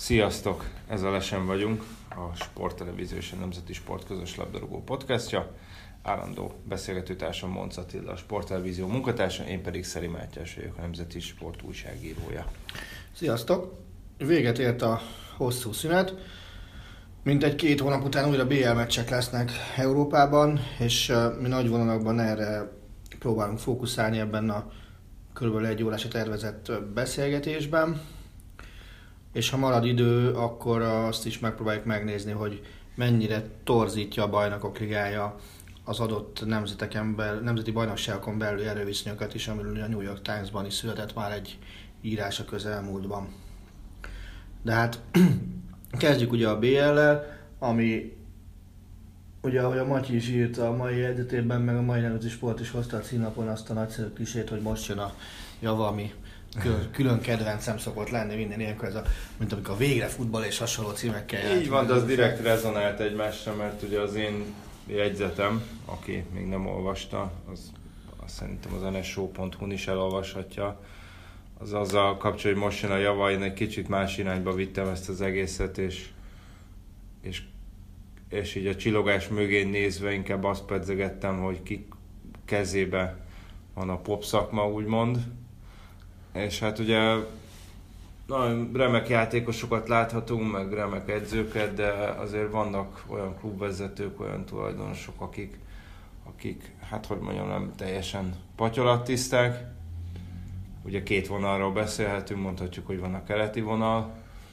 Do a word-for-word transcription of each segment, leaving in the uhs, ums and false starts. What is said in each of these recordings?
Sziasztok! Ez a Lesen vagyunk, a Sporttelevízió és a Nemzeti Sport közös labdarúgó podcastja. Állandó beszélgetőtársam Monc Attila, a Sporttelevízió munkatársa, én pedig Szeri Mátyás vagyok, a Nemzeti Sport újságírója. Sziasztok! Véget ért a hosszú szünet. Mintegy két hónap után újra bé el meccsek lesznek Európában, és mi nagy vonalakban erre próbálunk fókuszálni ebben a körülbelül egy órásra tervezett beszélgetésben. És ha marad idő, akkor azt is megpróbáljuk megnézni, hogy mennyire torzítja a Bajnokok Ligája az adott nemzeteken belül, nemzeti bajnokságokon belüli erőviszonyokat is, amiről a New York Times-ban is született már egy írás a közelmúltban. De hát kezdjük ugye a bé el-lel, ami ugye ahogy a Matyi is írta a mai jegyzetében, meg a mai Nemzeti Sport is hozta a címlapon azt a nagyszerű klisét, hogy most jön a java, ami külön, külön kedvencem szokott lenni minden ilyenkor, ez a, mint amikor a végre futball és hasonló címekkel jelent. Így van, de az direkt rezonált egymásra, mert ugye az én jegyzetem, aki még nem olvasta, az, az szerintem az en es o pont hu-n is elolvashatja, az azzal kapcsolatban, hogy most jön a java, én egy kicsit más irányba vittem ezt az egészet, és, és, és így a csillogás mögé nézve inkább azt pedzegettem, hogy ki kezébe van a pop szakma, úgymond. És hát ugye nagyon remek játékosokat láthatunk, meg remek edzőket, de azért vannak olyan klubvezetők, olyan tulajdonosok, akik, akik hát hogy mondjam, nem teljesen patyolattiszták. Ugye két vonalról beszélhetünk, mondhatjuk, hogy van a keleti vonal,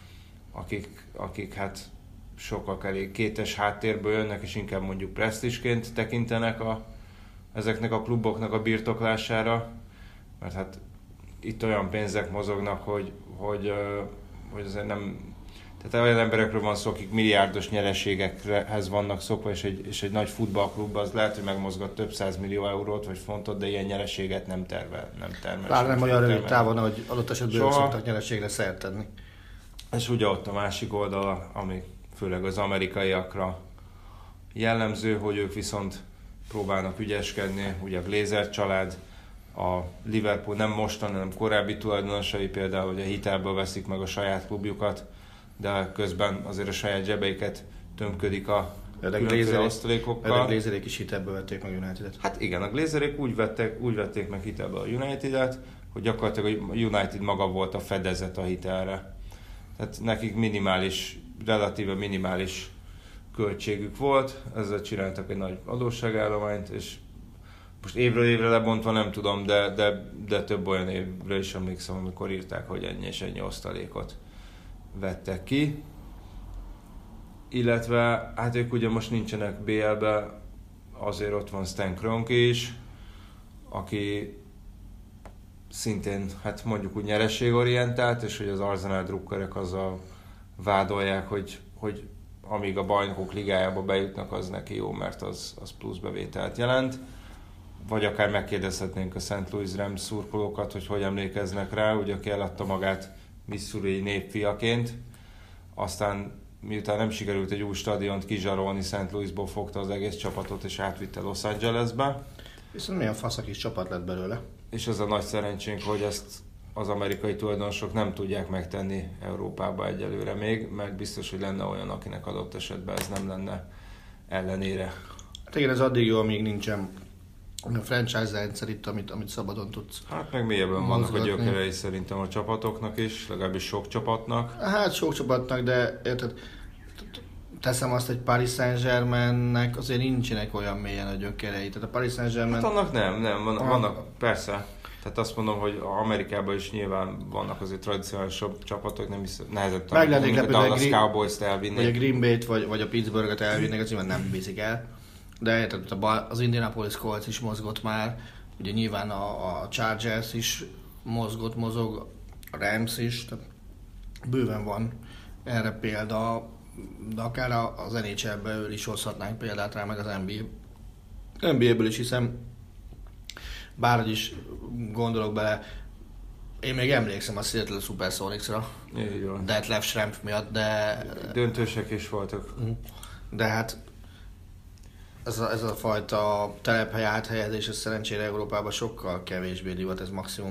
akik, akik hát sokak elég kétes háttérből jönnek, és inkább mondjuk presztízsként tekintenek a, ezeknek a kluboknak a birtoklására, mert hát itt olyan pénzek mozognak, hogy, hogy, hogy azért nem... Tehát olyan emberekről van szó, akik milliárdos nyereségekhez vannak szokva, és egy, és egy nagy futballklubban az lehet, hogy megmozgat több százmillió eurót vagy fontot, de ilyen nyereséget nem tervel, nem termel. Bár nem olyan rövid távon, hogy adott esetben Soha. szoktak nyereségre szert tenni. És ugye ott a másik oldala, ami főleg az amerikaiakra jellemző, hogy ők viszont próbálnak ügyeskedni, ugye a Glazer család, a Liverpool nem mostan, hanem korábbi tulajdonosai például, hogy a hitelből veszik meg a saját klubjukat, de közben azért a saját zsebeiket tömködik a különféle osztalékokkal. A Glazerék is hitelből vették meg Unitedet. Hát igen, a Glazerék úgy vették, úgy vették meg hitelből a Unitedet, hogy gyakorlatilag a United maga volt a fedezet a hitelre. Tehát nekik minimális, relatíve minimális költségük volt, ezzel csináltak egy nagy adósságállományt, és most évről évre lebontva nem tudom, de, de, de több olyan évre is emlékszem, amikor írták, hogy ennyi és ennyi osztalékot vettek ki. Illetve, hát ők ugye most nincsenek bé el-be, azért ott van Stan Kroenke is, aki szintén, hát mondjuk úgy nyereségorientált, és hogy az Arsenal drukkerek azzal vádolják, hogy, hogy amíg a Bajnokok Ligájába bejutnak, az neki jó, mert az, az plusz bevételt jelent. Vagy akár megkérdezhetnénk a Saint Louis Rams szurkolókat, hogy hogy emlékeznek rá, ugye aki eladta magát Missouri népfiaként, aztán miután nem sikerült egy új stadiont kizsarolni, Saint Louisból fogta az egész csapatot és átvitte Los Angelesbe. Viszont milyen fasz a kis csapat lett belőle. És az a nagy szerencsénk, hogy ezt az amerikai tulajdonosok nem tudják megtenni Európába egyelőre még, mert biztos, hogy lenne olyan, akinek adott esetben ez nem lenne ellenére. Hát igen, ez addig jó, amíg nincsen a franchise rendszer itt, amit, amit szabadon tudsz. Hát meg mélyebben vannak a gyökerei szerintem a csapatoknak is, legalábbis sok csapatnak. Hát sok csapatnak, de érted, teszem azt, hogy Paris Saint-Germainnek azért nincsenek olyan mélyen a gyökerei. Tehát a Paris Saint-Germain... Hát annak nem, nem, vannak, vannak persze. Tehát azt mondom, hogy Amerikában is nyilván vannak azért tradicionálisabb csapatok, nem is nehezebb tanulni, mint a Dallas Cowboys-t elvinni. Vagy a Green Bay-t, vagy, vagy a Pittsburghet elvinnek, az nyilván nem viszik el. De érted, az Indianapolis Colts is mozgott már, ugye nyilván a, a Chargers is mozgott, mozog, a Rams is, tehát bőven van erre példa, de akár az en há el-ből is hozhatnánk példát rá, meg az en bé á. en bé á-ből is hiszem, bárhogy is gondolok bele, én még emlékszem a Seattle Supersonics-ra, Detlef Schrempf miatt, de... Döntősek is voltak. De hát ez a, ez a fajta telephely áthelyezés, ez szerencsére Európában sokkal kevésbé divat, ez maximum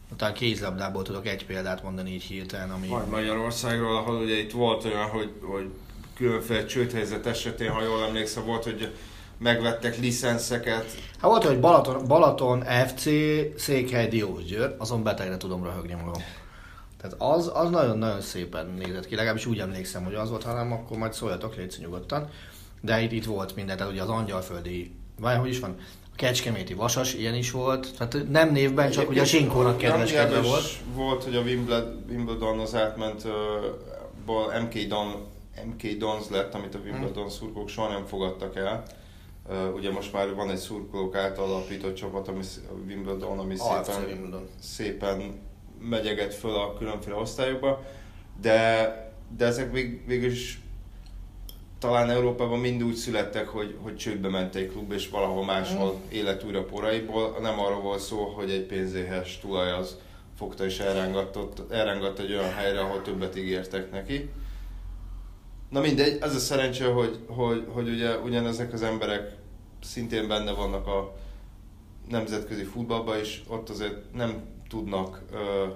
Talán kézlabdából tudok egy példát mondani így hirtelen, ami... Vagy Magyarországról, ahol ugye itt volt olyan, hogy, hogy különféle csődhelyzet esetén, ha jól emlékszem, volt, hogy megvettek licenszeket. Hát volt, hogy Balaton, Balaton ef cé, Székely Diósgyőr, azon betegre tudom röhögni magam. Tehát az, az nagyon-nagyon szépen nézett ki, legalábbis úgy emlékszem, hogy az volt, hanem akkor majd szóljatok, légy nyugodtan. De itt, itt volt minden, tehát ugye az Angyalföldi, vagy hogy is van, a Kecskeméti Vasas, ilyen is volt, tehát nem névben, csak ugye a Sinkónak kedveskedve volt. Volt, hogy a Wimbledon az átment, uh, em ké Don, em ké Dons lett, amit a Wimbledon hmm. szurkolók soha nem fogadtak el. Uh, ugye most már van egy szurkolók által alapított csapat, ami a Wimbledon, ami szépen, Wimbledon. szépen megyeget föl a különféle osztályokba, de, de ezek vég, végül is talán Európában mind úgy születtek, hogy, hogy csődbe ment egy klub, és valahol máshol mm. élet újra poraiból. Nem arról volt szó, hogy egy pénzéhes tulaj az fogta és elrángatta egy olyan helyre, ahol többet ígértek neki. Na mindegy, az a szerencse, hogy, hogy, hogy ugye ugyanezek az emberek szintén benne vannak a nemzetközi futballban, és ott azért nem tudnak ö,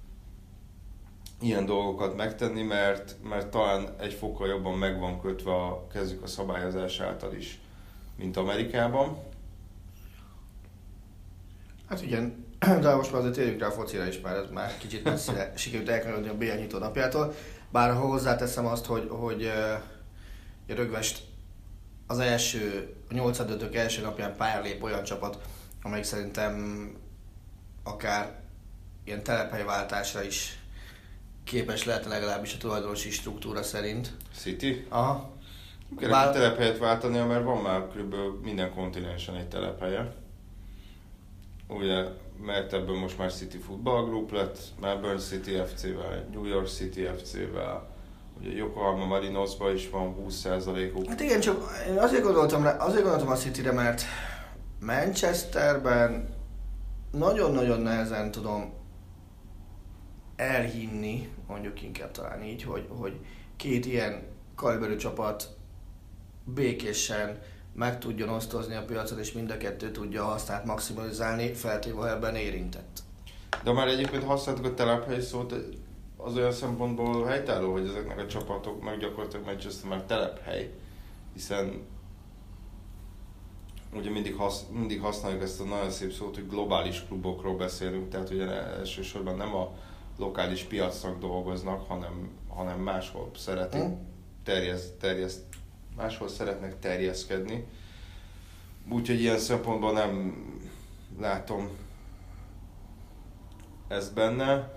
ilyen dolgokat megtenni, mert, mert talán egy fokkal jobban meg van kötve a kezük a szabályozás által is, mint Amerikában. Hát igen, de most már azért térjünk rá a focira is, már ez már kicsit messzire sikerült elkanyarodni a bé el nyitó napjától. Bár ha hozzáteszem azt, hogy, hogy uh, Rögvest az első, a nyolcaddöntők első napján pályára lép olyan csapat, amelyik szerintem akár ilyen telephelyváltásra is képes lehetne legalábbis a tulajdonosi struktúra szerint. City? Aha. Kell Bár... telephelyet váltania, mert van már kb. Minden kontinensen egy telephelye. Ugye, mert ebből most már City Football Group lett, Melbourne City ef cé-vel, New York City ef cé-vel, ugye Yokohama Marinosban is van húsz százalékuk. Hát igen, csak én azért gondoltam, rá, azért gondoltam a Cityre, mert Manchesterben nagyon-nagyon nehezen tudom elhinni, mondjuk inkább talán így, hogy, hogy két ilyen kaliberű csapat békésen meg tudjon osztozni a piacon, és mind a kettő tudja a hasznát maximalizálni, feltéve, ha ebben érintett. De már egyébként használtuk a telephely szót, az olyan szempontból helytálló, hogy ezeknek a csapatoknak gyakorlatilag Manchester már telephely, hiszen ugye mindig, hasz, mindig használjuk ezt a nagyon szép szót, hogy globális klubokról beszélünk, tehát ugye elsősorban nem a lokális piacnak dolgoznak, hanem, hanem máshol szeretnek terjeszt, terjeszt, máshol szeretnek terjeszkedni. Úgyhogy ilyen szempontból nem látom ezt benne.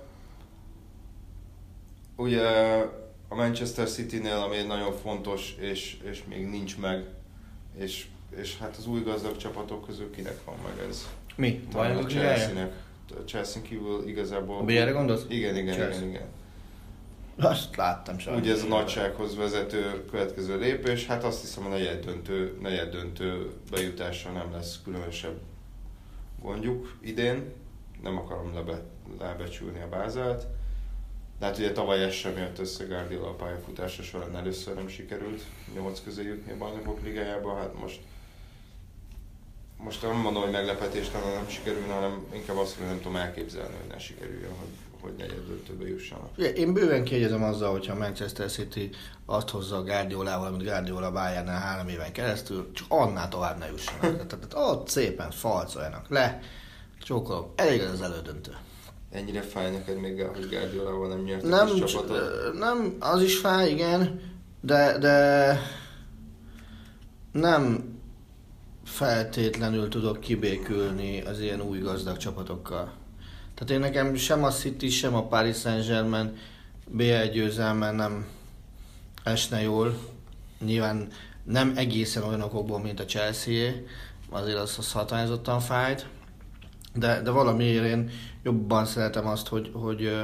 Ugye a Manchester City-nél, ami egy nagyon fontos, és, és még nincs meg, és, és hát az új gazdag csapatok közül kinek van meg ez? Mi? Talán a Chelsea-nek. A Chelsea kívül igazából... A bé el-re gondolsz? Igen, igen, Chelsea. igen, igen. Azt láttam sajnos. Ugye ez a nagysághoz vezető következő lépés, hát azt hiszem a negyed döntő, negyed döntő bejutásra nem lesz különösebb gondjuk idén. Nem akarom lebe, lebecsülni a Bázelt. De hát ugye tavaly ez sem jött össze, Guardiola a pályafutása során először nem sikerült nyolc közé jutni a Bajnokok Ligájába, hát most most nem mondom, hogy meglepetés lenne, nem sikerülne, hanem inkább azt, hogy nem tudom elképzelni, hogy ne sikerüljön, hogy, hogy negyed döntőbe jussanak. Én bőven kiegyezem azzal, hogyha a Manchester City azt hozza a Guardiolával, amit Guardiola Bayernnel három éven keresztül, csak annál tovább ne jussanak. Tehát ott szépen falcoljanak le, csókolom, elég az elődöntő. Ennyire fáj neked még, hogy Guardiolával nem nyertek nem, is csapatot? Nem, az is fáj, igen, de, de nem feltétlenül tudok kibékülni az ilyen új gazdag csapatokkal. Tehát én nekem sem a City, sem a Paris Saint-Germain bé el győzelmen nem esne jól. Nyilván nem egészen olyan okokból, mint a Chelsea-é, azért az, az hatványozottan fájt. De, de valamiért én jobban szeretem azt, hogy, hogy ö,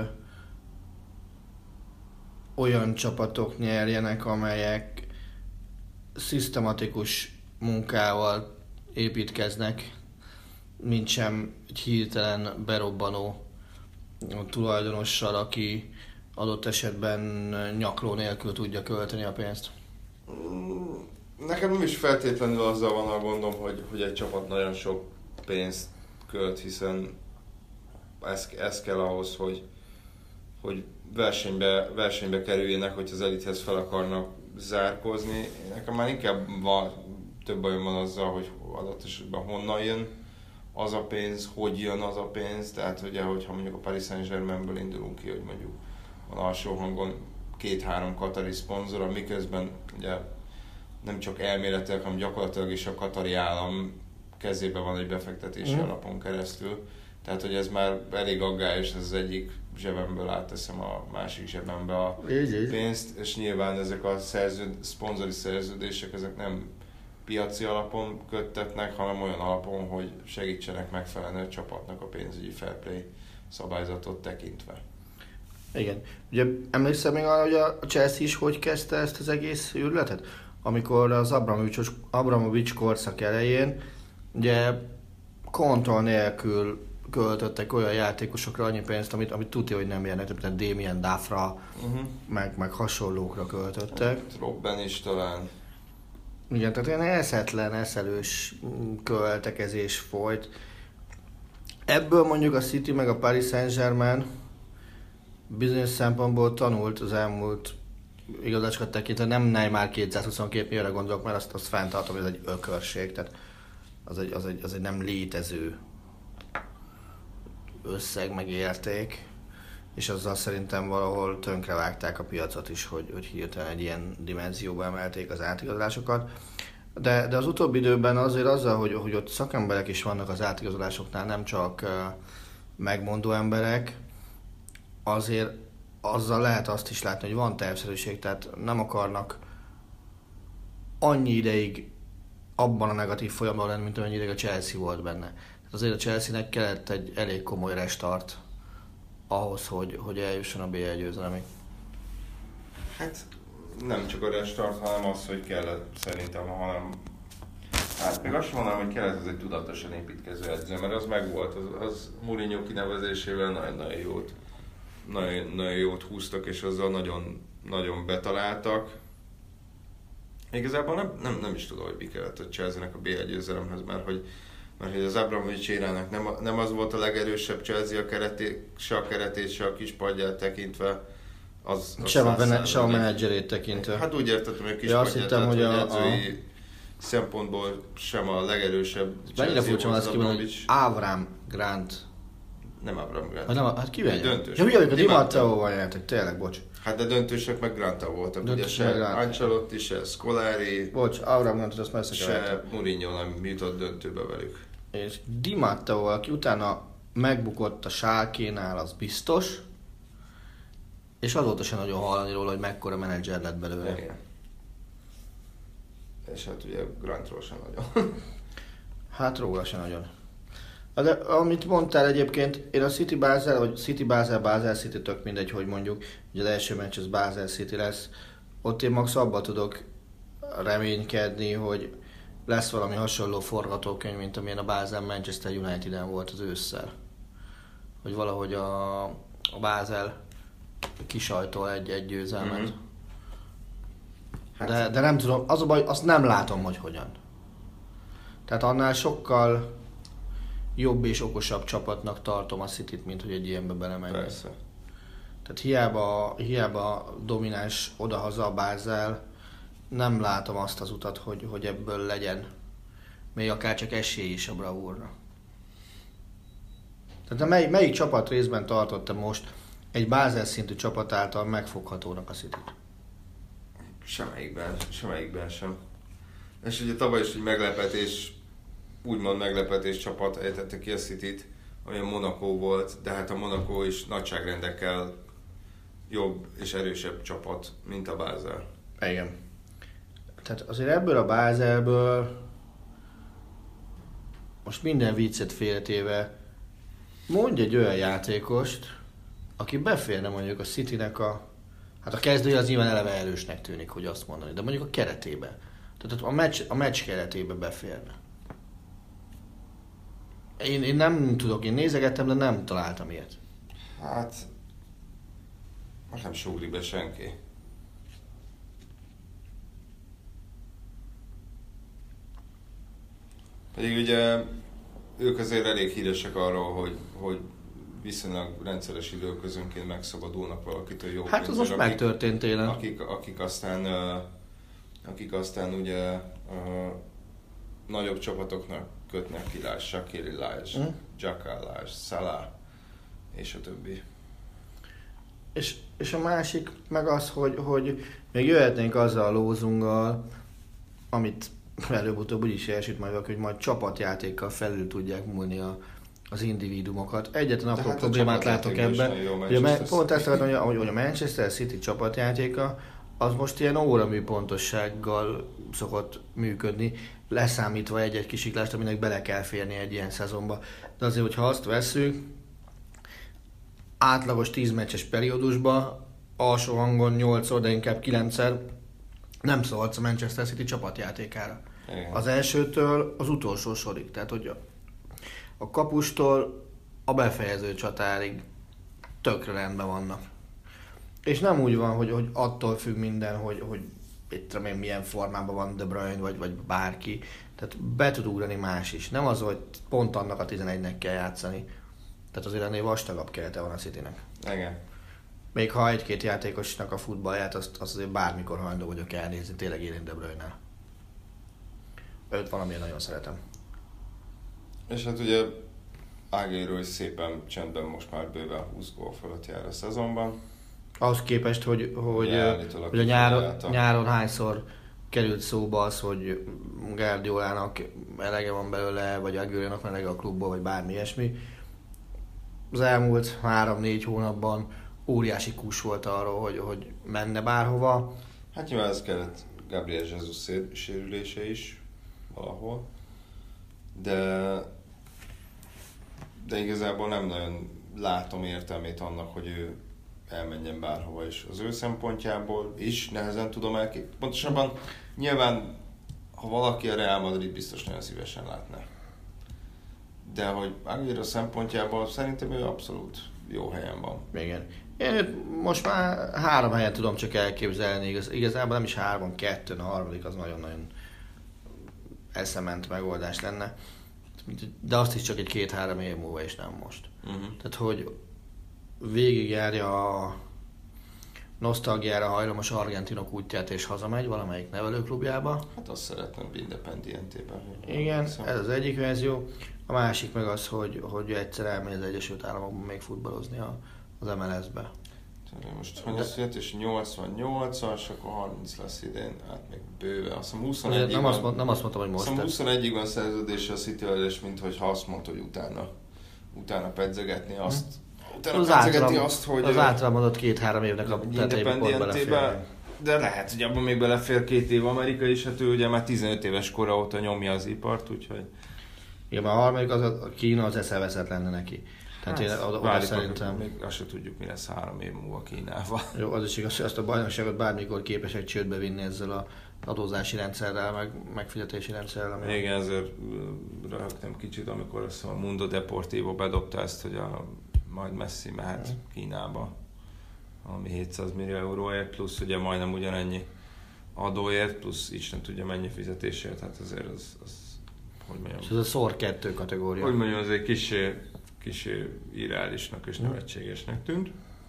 olyan csapatok nyerjenek, amelyek szisztematikus munkával építkeznek, mint sem egy hirtelen berobbanó tulajdonossal, aki adott esetben nyakló nélkül tudja költeni a pénzt. Nekem nem is feltétlenül azzal van a gondom, hogy, hogy egy csapat nagyon sok pénzt költ, hiszen ez, ez kell ahhoz, hogy, hogy versenybe, versenybe kerüljenek, hogy az elithez fel akarnak zárkózni. Nekem már inkább van, több bajom van azzal, hogy adott esetben honnan jön az a pénz, hogy jön az a pénz. Tehát ugye, hogyha mondjuk a Paris Saint-Germainből indulunk ki, hogy mondjuk van alsó hangon két-három katari szponzor, miközben ugye nem csak elméletileg, hanem gyakorlatilag is a katari állam kezében van egy befektetési mm. alapon keresztül. Tehát, hogy ez már elég aggályos, ez az egyik zsebemből átteszem a másik zsebembe a így, pénzt, így. És nyilván ezek a szerződ, szponzori szerződések, ezek nem piaci alapon köttetnek, hanem olyan alapon, hogy segítsenek megfelelni a csapatnak a pénzügyi fair play szabályzatot tekintve. Igen. Ugye emlékszel még arra, hogy a Chelsea is hogy kezdte ezt az egész őrületet? Amikor az Abramovich, Abramovich korszak elején ugye kontroll nélkül költöttek olyan játékosokra annyi pénzt, amit, amit tudja, hogy nem érnek, tehát Damien Duffra, uh-huh. meg, meg hasonlókra költöttek. Robben is talán. Igen, tehát olyan eszetlen, eszelős költekezés folyt. Ebből mondjuk a City meg a Paris Saint-Germain bizonyos szempontból tanult az elmúlt igazásokat tekintve, nem Neymar kétszázhuszonkettő millióra gondolok, mert azt, azt fenntartom, hogy ez egy ökörség, tehát az egy, az egy, az egy nem létező összeg meg érték, és azzal szerintem valahol tönkrevágták a piacot is, hogy, hogy hirtelen egy ilyen dimenzióba emelték az átigazolásokat. De, de az utóbbi időben azért azzal, hogy, hogy ott szakemberek is vannak az átigazolásoknál, nem csak uh, megmondó emberek, azért azzal lehet azt is látni, hogy van tervszerűség, tehát nem akarnak annyi ideig abban a negatív folyamban lenni, mint amennyi ideig a Chelsea volt benne. Tehát azért a Chelsea-nek kellett egy elég komoly restart ahhoz, hogy, hogy eljusson a bé el győzelemig. Hát nem csak a restart, hanem az, hogy kellett szerintem, hanem hát még azt mondanám, hogy kellett ez egy tudatosan építkező edző, mert az megvolt, az, az Mourinho kinevezésével nagyon-nagyon jót, nagyon, nagyon jót húztak, és azzal nagyon, nagyon betaláltak. Igazából nem, nem, nem is tudom, hogy mi kellett a Chelsea-nek a bé el győzelemhez, mert hogy, mert hogy az Abramovich érának nem, nem az volt a legerősebb Chelsea a kereté, se a keretét, se a kispadját tekintve. Az, az sem, a, bene, sem a menedzserét tekintve. Hát úgy értettem, hogy a kispadját, tehát hogy a, edzői a... szempontból sem a legerősebb Chelsea. Mennyire furcsa van azt kimondani, hogy Avram Grant. Nem Avram Grant. Hát, nem, hát kivel döntős. Ja, ugye, a Di Matteo-val nyertek, tényleg, bocs. Hát de döntősök meg Granta voltak, ugye se Ancelotti, se Scolari, bocs, Avram Grantot azt messze se Mourinho nem jutott döntőbe velük. És Di Matteo, aki utána megbukott a Schalkénál, az biztos, és azóta sem nagyon hallani róla, hogy mekkora menedzser lett belőle. Igen. És hát ugye Grantról sem nagyon. Hát róla sem nagyon. De amit mondtál egyébként, én a City Basel, vagy City Basel, Basel City, tök mindegy, hogy mondjuk, ugye az első meccs az Basel City lesz, ott én max abba tudok reménykedni, hogy lesz valami hasonló forgatókönyv, mint amilyen a Basel Manchester United-en volt az ősszel. Hogy valahogy a, a Basel kisajtol egy, egy győzelmet. Mm-hmm. Hát de, de nem tudom, az a baj, azt nem látom, hogy hogyan. Tehát annál sokkal jobb és okosabb csapatnak tartom a Cityt, mint hogy egy ilyenbe belemenjen. Persze. Tehát hiába, hiába domináns odahaza a Basel, nem látom azt az utat, hogy, hogy ebből legyen még akár csak esély is a bravúrra. Tehát mely, melyik csapat részben tartotta most egy Basel szintű csapat által megfoghatónak a Cityt? Semmelyikben, semmelyikben sem. És ugye tavaly is egy meglepetés, úgymond meglepetés csapat ejtette ki a Cityt, ami a Monaco volt, de hát a Monaco is nagyságrendekkel jobb és erősebb csapat, mint a Basel. Igen. Tehát azért ebből a Baselből most minden viccet félretéve mondj egy olyan játékost, aki beférne mondjuk a Citynek a, hát a kezdője az nyilván eleve erősnek tűnik, hogy azt mondani, de mondjuk a keretébe. Tehát a meccs, a meccs keretébe beférne. Én, én nem tudok, én nézegettem, de nem találtam ilyet. Hát, most nem sugrik be senki. Pedig ugye ők azért elég híresek arról, hogy, hogy viszonylag rendszeres időközönként megszabadulnak valakitől jó Hát az most akik, megtörtént télen. Akik, akik aztán, akik aztán ugye uh, nagyobb csapatoknak kötnek ki, lásd, Shaqiri, lásd, mm. Xhaka, lásd, Salah, és a többi. És, és a másik meg az, hogy, hogy még jöhetnénk azzal a lózunggal, amit előbb-utóbb úgyis elsüt majd, hogy majd csapatjátékkal felül tudják múlni a, az individumokat. Egyetlen apró hát problémát látok ebben. Ugye, pont ezt akartam, hogy, hogy a Manchester City csapatjátéka az most ilyen óramű pontossággal szokott működni, leszámítva egy-egy kisiklást, aminek bele kell férni egy ilyen szezonba. De azért, hogyha azt vesszük, átlagos tíz meccses periódusban, alsó hangon nyolcszor, de inkább kilencszer nem szólhatsz a Manchester City csapatjátékára. Igen. Az elsőtől az utolsó sorig, tehát hogy a, a kapustól a befejező csatárig tökre rendben vannak. És nem úgy van, hogy, hogy attól függ minden, hogy, hogy itt remélem milyen formában van De Bruyne, vagy, vagy bárki. Tehát be tud ugrani más is. Nem az, hogy pont annak a tizenegynek kell játszani. Tehát azért ennél vastagabb kerete van a Citynek. Igen. Még ha egy-két játékosnak a futballját, azt, azt azért bármikor hajlandó vagyok elnézni, tényleg élén De Bruyne-nál. Őt valamiért nagyon szeretem. És hát ugye Aguero is szépen csendben most már bőven húsz gól fölött jár a szezonban. Ahhoz képest, hogy, hogy, ja, hogy a nyáron, nyáron hányszor került szóba az, hogy Guardiolának elege van belőle, vagy Aguerónak elege a klubból, vagy bármi ilyesmi. Az elmúlt három-négy hónapban óriási kus volt arról, hogy, hogy menne bárhova. Hát nyilván ez kellett Gabriel Jesus sérülése is valahol, de, de igazából nem nagyon látom értelmét annak, hogy ő elmenjen bárhova is. Az ő szempontjából is nehezen tudom elképzelni. Pontosabban nyilván, ha valaki a Real Madrid biztos nagyon szívesen látná. De hogy Aguero szempontjából szerintem ő abszolút jó helyen van. Igen. Én most már három helyen tudom csak elképzelni, igaz, igazából nem is három, kettőn, a harmadik az nagyon-nagyon eszement megoldás lenne. De azt is csak egy két-három év múlva, és nem most. Uh-huh. Tehát, hogy végigjárja a nosztalgiára hajlamos argentinok útját és hazamegy valamelyik nevelőklubjába. Hát azt szeretném Independiente-ben. Igen, ez az egyik verzió. A másik meg az, hogy, hogy egyszer elmegy az Egyesült Államokban még futballozni az em el es-be. Most hogy az és nyolcvannyolcas, akkor harminc lesz idén, hát még bőve. Azt hiszem huszonegyig nem, van, azt mond, nem azt mondtam, hogy most. Azt huszonegyig van szerződése a Cityvel, és mintha azt mondta, hogy utána, utána pedzegetni azt. Hmm. Utána az pedzegeti azt, hogy... Az általában mondott két-három évnek a tetejében pont belefér. De lehet, hogy abban még belefér két év Amerika is, hát ő ugye már tizenöt éves kora óta nyomja az ipart, úgyhogy... Igen, a harmadik az a Kína az eszeveszett lenne neki. Tehát hát, én oda, oda szerintem... Még azt se tudjuk, mi lesz három év múlva Kínával. Jó, az is igaz, hogy azt a bajnokságot bármikor képesek csődbe vinni ezzel a adózási rendszerrel, meg megfizetési rendszerrel. Ami... Igen, ezért röhögtem kicsit, amikor azt hiszem a Mundo Deportivo bedobta ezt, hogy a, majd Messi mehet hmm. Kínába, ami hétszáz millió euróért, plusz ugye majdnem ugyanennyi adóért, plusz Isten tudja mennyi fizetésért, hát azért az... az hogy mondjam, és ez a szor kettő kategória. Hogy mondjam, az egy kicsi kicsi irreálisnak és nevetségesnek tűnt.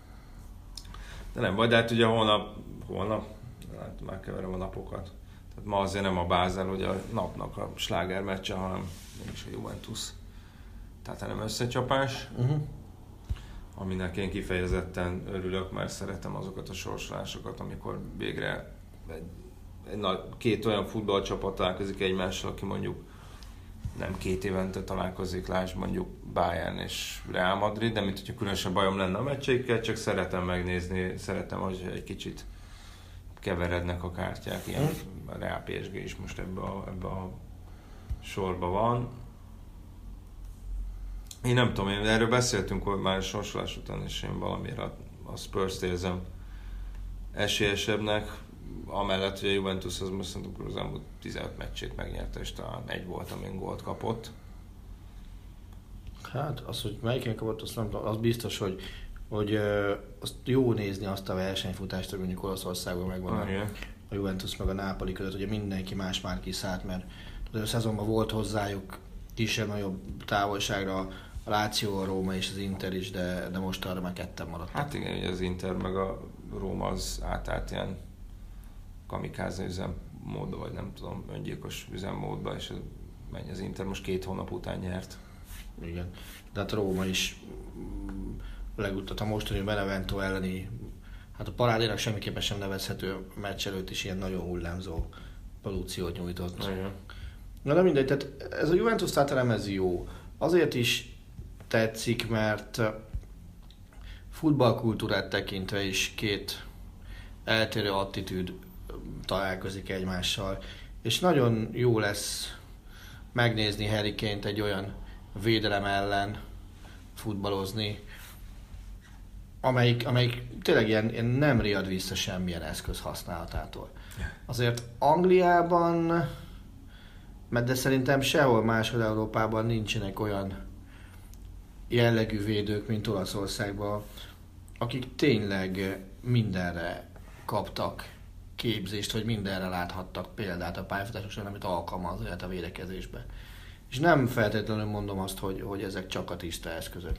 De nem baj, de hát ugye holnap, holnap, hát már keverem a napokat. Tehát ma azért nem a Basel, ugye a napnak a sláger meccse, hanem mégis a Juventus. Tehát nem összecsapás, uh-huh. aminek én kifejezetten örülök, mert szeretem azokat a sorsolásokat, amikor végre egy, egy nagy, két olyan futballcsapat találkozik egymással, aki mondjuk nem két évente találkozik, lásd mondjuk Bayern és Real Madrid, de mint hogyha különösen bajom lenne a meccseikkel, csak szeretem megnézni, szeretem, hogy egy kicsit keverednek a kártyák, ilyen a Real pé es gé is most ebbe a, ebbe a sorba van. Én nem tudom, én erről beszéltünk hogy már a sorsolás után, és én valamiért a, a Spurs-t érzem esélyesebbnek, amellett, hogy a Juventus az most szerintem az elmúlt tizenöt meccsét megnyerte, és talán egy volt, amin gólt kapott. Hát, az, hogy melyiken kapott, azt nem tudom, az biztos, hogy, hogy ö, azt jó nézni azt a versenyfutást, hogy mondjuk Olaszországban megvan ah, a, a Juventus meg a Napoli között, ugye mindenki más már kiszállt, mert a szezonban volt hozzájuk kisebb-nagyobb távolságra a Lazio, a Róma és az Inter is, de, de most arra már ketten maradtak. Hát igen, ugye az Inter meg a Róma az átállt ilyen kamikáze üzemmódba, vagy nem tudom, öngyilkos üzemmódba, és menj az Inter most két hónap után nyert. Igen, de hát Róma is legutóbb a mostani Benevento elleni, hát a parádénak semmiképpen sem nevezhető meccs előtt is ilyen nagyon hullámzó produkciót nyújtott. Igen. Na de mindegy, tehát ez a Juventus Tottenham ez jó. Azért is tetszik, mert futballkultúrát tekintve is két eltérő attitűd találkozik egymással, és nagyon jó lesz megnézni Harry Kane-t egy olyan védelem ellen futballozni, amelyik, amelyik tényleg ilyen, ilyen nem riad vissza semmilyen eszköz használatától. Azért Angliában, de szerintem sehol máshol Európában nincsenek olyan jellegű védők, mint Olaszországban, akik tényleg mindenre kaptak képzést, hogy mindenre láthattak példát a pályafutásokon, amit alkalmaz lehet a védekezésbe. És nem feltétlenül mondom azt, hogy, hogy ezek csak a tiszta eszközök.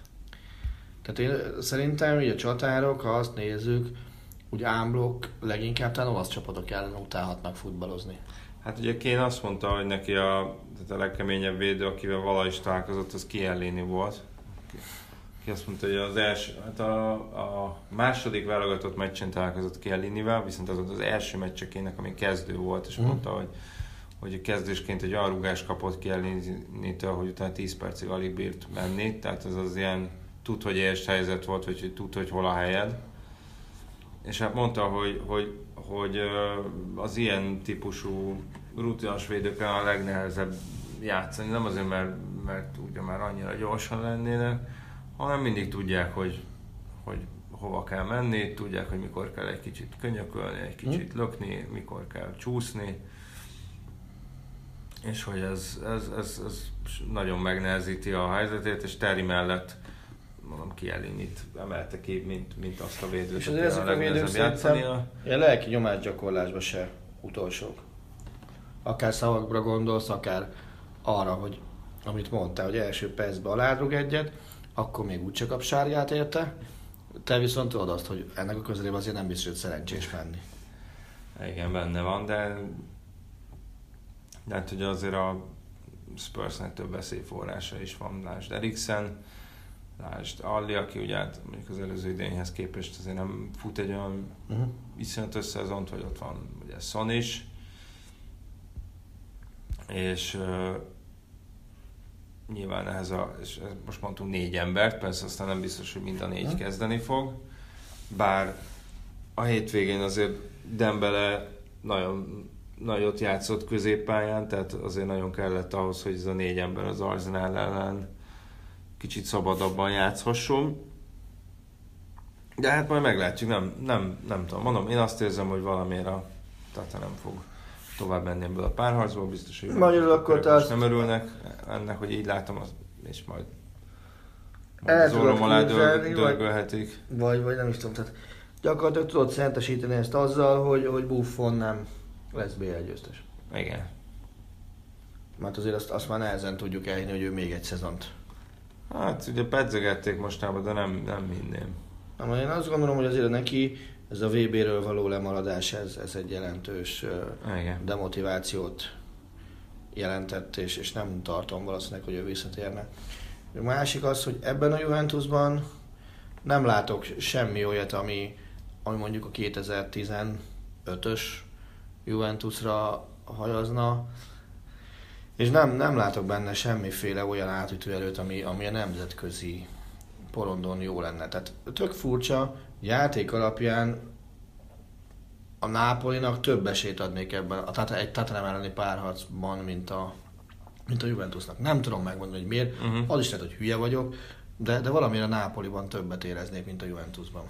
Tehát én szerintem így a csatárok, ha azt nézzük, úgy ámblok leginkább talán olasz csapatok ellen utálhatnak futballozni. Hát ugye Kane azt mondta, hogy neki a, tehát a legkeményebb védő, akivel valaha is találkozott, az Chiellini volt. Ki azt mondta, hogy az első, hát a, a második válogatott meccsen találkozott Chiellinivel, viszont az volt az első meccsekének, ami kezdő volt, és mm. mondta, hogy, hogy kezdésként egy olyan rúgást kapott Chiellinitől, hogy utána tíz percig alig bírt menni, tehát az az ilyen tud, hogy érst helyzet volt, hogy tud, hogy hol a helyed. És hát mondta, hogy, hogy, hogy az ilyen típusú rutinos védőkkel a legnehezebb játszani, nem azért, mert, mert ugye már annyira gyorsan lennének, hanem mindig tudják, hogy, hogy hova kell menni, tudják, hogy mikor kell egy kicsit könyökölni, egy kicsit lökni, mikor kell csúszni, és hogy ez, ez, ez, ez nagyon megnehezíti a helyzetét, és Terry mellett mondom, Chiellinit emelte ki, mint, mint azt a védőt, és azért ezek a védők szerintem ilyen lelki nyomásgyakorlásban se utolsók. Akár szavakra gondolsz, akár arra, hogy amit mondtál, hogy első percben aládrug egyet, akkor még úgyse kap sárgát érte, te viszont tudod azt, hogy ennek a közelében azért nem biztos, hogy szerencsés menni. Igen, benne van, de de hát ugye azért a Spursnek több veszélyforrása is van, lásd Eriksen, lásd Alli, aki ugye hát mondjuk az előző idényhez képest azért nem fut egy olyan uh-huh. iszonyatos szezont, vagy ott van ugye Son is, és uh, nyilván ehhez a, és most mondtunk négy embert, persze aztán nem biztos, hogy mind a négy uh-huh. kezdeni fog, bár a hétvégén azért Dembele nagyon nagyot játszott középpályán, tehát azért nagyon kellett ahhoz, hogy ez a négy ember az Arsenal ellen kicsit szabadabban játszhasson. De hát majd meglátjuk, nem, nem, nem tudom. Mondom, én azt érzem, hogy valamiért a Tata nem fog tovább menni ebből a párharcból, biztos, hogy Magyarul akkor te azt... nem örülnek ennek, hogy így látom, az, és majd, majd az orrom alá dörgölhetik. Vagy, vagy nem is tudom, tehát gyakorlatilag tudod szentesíteni ezt azzal, hogy, hogy Buffon nem lesz bé el győztes. Igen. Mert azért azt, azt már nehezen tudjuk elhinni, hogy ő még egy szezont. Hát ugye pedzegették mostában, de nem, nem hinném. Na, én azt gondolom, hogy azért neki ez a vé béről való lemaradás, ez, ez egy jelentős Igen. demotivációt jelentett, és, és nem tartom valószínűleg, hogy ő visszatérne. A másik az, hogy ebben a Juventusban nem látok semmi olyat, ami, ami mondjuk a kétezer-tizenötös Juventusra hajazna, és nem, nem látok benne semmiféle olyan átütőerőt, ami, ami a nemzetközi porondon jó lenne. Tehát tök furcsa, játék alapján a Nápolinak több esélyt adnék ebben a Tata, egy Tottenham elleni párharcban, mint a, mint a Juventusnak. Nem tudom megmondani, hogy miért. Uh-huh. Az is lehet, hogy hülye vagyok, de, de valamire a Nápoliban többet éreznék, mint a Juventusban.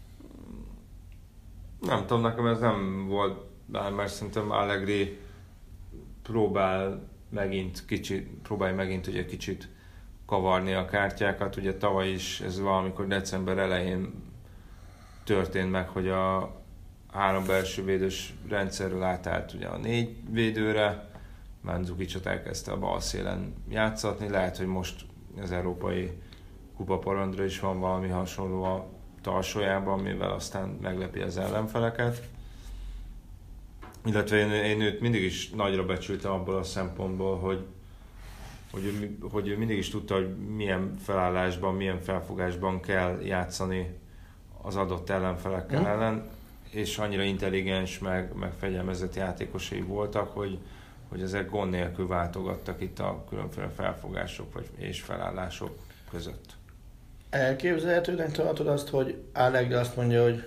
Nem tudom, nekem ez nem volt, mert szerintem Allegri próbál megint kicsit, próbálj megint ugye kicsit kavarni a kártyákat. Ugye tavaly is ez valamikor december elején történt meg, hogy a három belső védős rendszerről átállt ugye a négy védőre, Mandzukicsot elkezdte a bal szélen játszatni, lehet, hogy most az európai kupaporondra is van valami hasonló a tarsójában, mivel aztán meglepi az ellenfeleket. Illetve én, én őt mindig is nagyra becsültem abból a szempontból, hogy, hogy, ő, hogy ő mindig is tudta, hogy milyen felállásban, milyen felfogásban kell játszani az adott ellenfelekkel mm. ellen, és annyira intelligens, meg, meg fegyelmezett játékosai voltak, hogy, hogy ezek gond nélkül váltogattak itt a különféle felfogások vagy, és felállások között. Elképzelhetőnek tartod azt, hogy Allegri azt mondja, hogy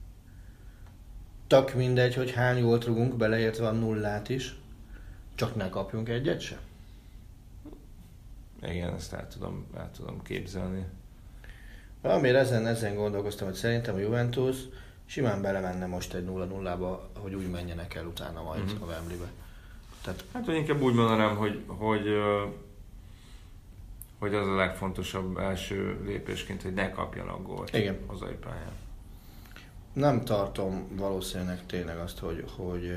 tök mindegy, hogy hány gólt rugunk, beleértve a nullát is, csak ne kapjunk egyet se? Igen, ezt el tudom, el tudom képzelni. Valamiért ezen, ezen gondolkoztam, hogy szerintem a Juventus simán belemenne most egy nulla nullába, hogy úgy menjenek el utána majd mm-hmm. a Wembleybe. Tehát... Hát hogy inkább úgy mondanám, hogy, hogy, hogy az a legfontosabb első lépésként, hogy ne kapjanak gólt hazai pályán. Nem tartom valószínűleg tényleg azt, hogy, hogy,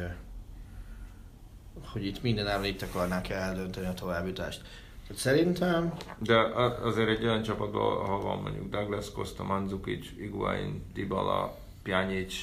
hogy itt mindenáron itt akarnák eldönteni a továbbjutást. Tehát szerintem... De azért egy olyan csapatban, ha van mondjuk Douglas Costa, Mandzukic, Higuain, Dybala, Pjanic,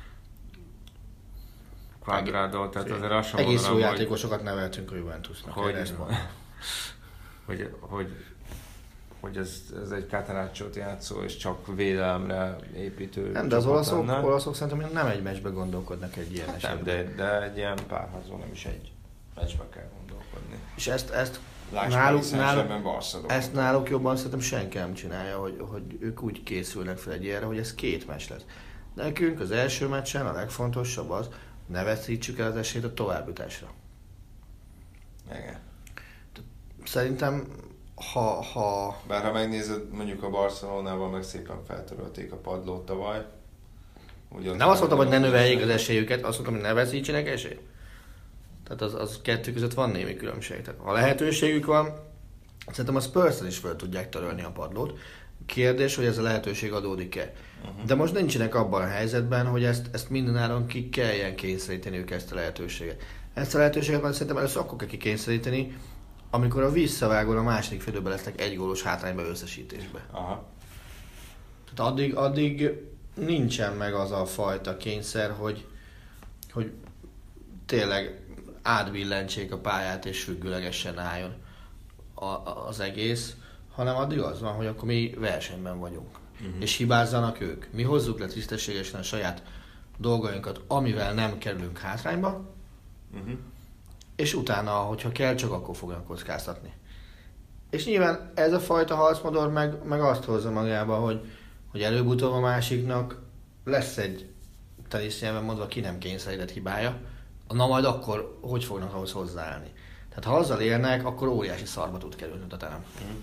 Cuadrado, tehát azért azt sem egész mondanám, jó játékosokat neveltünk a Juventusnak. Hogy, hogy, hogy, hogy ez, ez egy Catenacciót játszó és csak védelemre építő. Nem, de az olaszok, olaszok szerintem nem egy meccsbe gondolkodnak egy ilyen hát esetben. Nem, de, de egy ilyen párharcon nem is egy meccsbe kell gondolkodni. És ezt, ezt Lásd náluk, náluk, ezt van. náluk jobban szerintem senki nem csinálja, hogy, hogy ők úgy készülnek fel egy ilyenre, hogy ez két meccs lesz. Nekünk az első meccsen a legfontosabb az, ne veszítsük el az esélyt a továbbjutásra. Igen. Szerintem, ha, ha... Bár ha megnézed, mondjuk a Barcelonával meg szépen feltörölték a padlót tavaly. Ugye nem azt mondtam, hogy ne növeljék az esélyüket, azt mondtam, hogy ne veszítsenek esélyt. Tehát az, az kettő között van némi különbség. Tehát ha lehetőségük van, szerintem a Spurs-en is fel tudják törölni a padlót. Kérdés, hogy ez a lehetőség adódik-e. Uh-huh. De most nincsenek abban a helyzetben, hogy ezt, ezt mindenáron ki kelljen kényszeríteni ők ezt a lehetőséget. Ezt a lehetőséget már szerintem először akkor kell kikényszeríteni, amikor a visszavágón a második félidőben lesznek egy gólos hátrányba összesítésbe. Aha. Tehát addig, addig nincsen meg az a fajta kényszer, hogy, hogy tényleg átbillentsék a pályát és függőlegesen álljon a, a, az egész, hanem addig az van, hogy akkor mi versenyben vagyunk. Uh-huh. És hibázzanak ők. Mi hozzuk le tisztességesen a saját dolgainkat, amivel nem kerülünk hátrányba, uh-huh. és utána, hogyha kell, csak akkor fognak kockáztatni. És nyilván ez a fajta harcmodor meg, meg azt hozza magába, hogy, hogy előbb-utóbb a másiknak lesz egy tenisznyelven mondva ki nem kényszerített hibája, na majd akkor hogy fognak ahhoz hozzáállni. Tehát ha azzal élnek, akkor óriási szarba tud kerülni a terem. Uh-huh.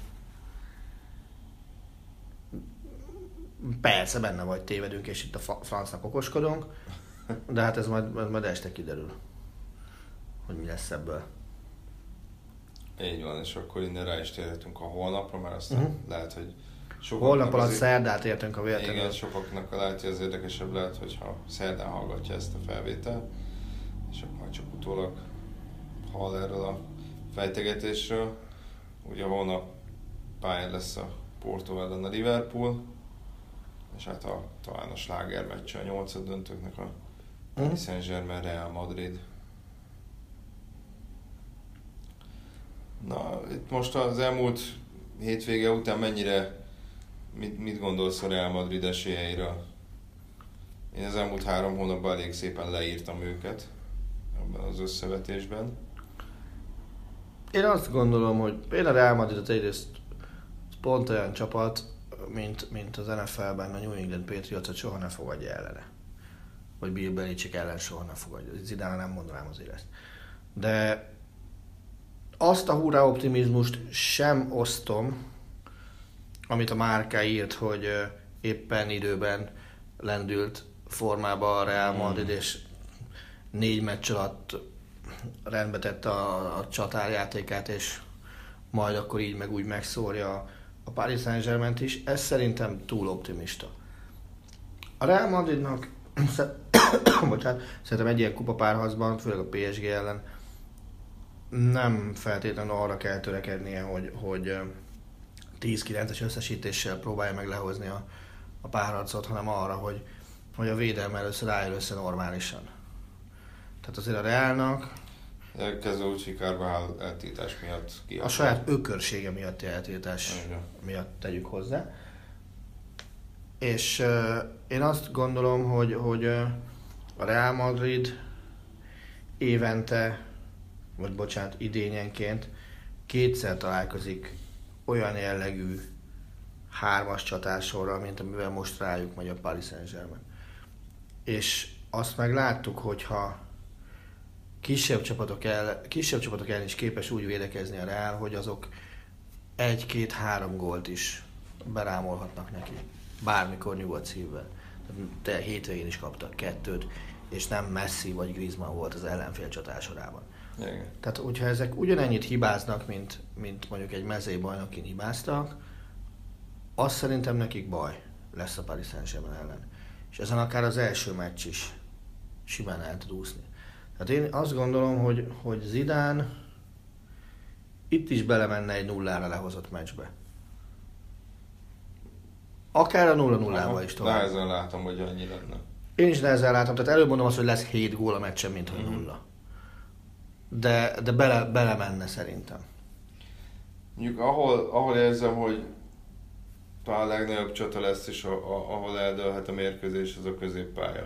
Persze benne vagy tévedünk, és itt a francnak okoskodunk, de hát ez majd, ez majd este kiderül, hogy mi lesz ebből. Így van, és akkor innen rá is térhetünk a holnapra, mert aztán uh-huh. lehet, hogy holnap alatt szerdát értünk a véletlenül. Igen, sokaknak lehet, hogy az érdekesebb lehet, hogyha szerdán hallgatja ezt a felvételt, és akkor majd csak utólag hall erről a fejtegetésről. Ugye holnap pályán lesz a Porto ellen a Liverpool, és hát a, talán a sláger meccse a nyolcad döntőknek a Paris Saint-Germain Real Madrid. Na, itt most az elmúlt hétvége után mennyire, mit, mit gondolsz a Real Madrid esélyeiről? Én az elmúlt három hónapban elég szépen leírtam őket ebben az összevetésben. Én azt gondolom, hogy én a Real Madridot egyrészt pont olyan csapat, mint, mint az en ef el-ben a New England Patriots-ot soha ne fogadja ellene. Vagy Bill Belichick ellen soha ne fogadja. Zidane nem mondanám azért ezt. De azt a hurrá optimizmust sem osztom, amit a Márka írt, hogy éppen időben lendült formába a Real Madrid, mm. és négy meccs alatt rendbe tette a, a csatárjátékát, és majd akkor így meg úgy megszórja a Paris Saint-Germaint is. Ez szerintem túl optimista. A Real Madridnak bocsánat, szerintem egy ilyen kupapárharcban, főleg a pé es gé ellen nem feltétlenül arra kell törekednie, hogy, hogy tíz kilences összesítéssel próbálja meg lehozni a, a párharcot, hanem arra, hogy, hogy a védelme először álljon össze normálisan. Tehát azért a Realnak Kezdve úgy, hogy Carvajal eltiltás miatt kiadta. a saját ökörsége miatti eltiltás Igen. miatt tegyük hozzá. És uh, én azt gondolom, hogy, hogy uh, a Real Madrid évente, vagy bocsánat, idényenként kétszer találkozik olyan jellegű hármas csatársorral, mint amivel most rájuk megy a Paris Saint-Germain. És azt meg láttuk, hogyha kisebb csapatok, el, kisebb csapatok ellen is képes úgy védekezni a Real, hogy azok egy-két-három gólt is berámolhatnak neki. Bármikor nyugodt szívvel. De hétvégén is kaptak kettőt, és nem Messi vagy Griezmann volt az ellenfél csatársorában. Igen. Tehát, hogyha ezek ugyanennyit hibáznak, mint, mint mondjuk egy mezei bajnokin hibáztak, az szerintem nekik baj lesz a Paris Saint-Germain ellen. És ezen akár az első meccs is simán el tud úszni. Tehát én azt gondolom, hogy, hogy Zidane itt is belemenne egy nullára lehozott meccsbe. Akár a nulla nullával is tovább. Nehezen látom, hogy annyi lenne. Én is nehezen látom, tehát előbb mondom azt, hogy lesz hét gól a meccsen, mint hogy Mm-hmm. nulla. De, de bele, belemenne szerintem. Mondjuk ahol, ahol érzem, hogy talán a legnagyobb csata lesz, és a, a, ahol eldőlhet a mérkőzés, az a középpálya.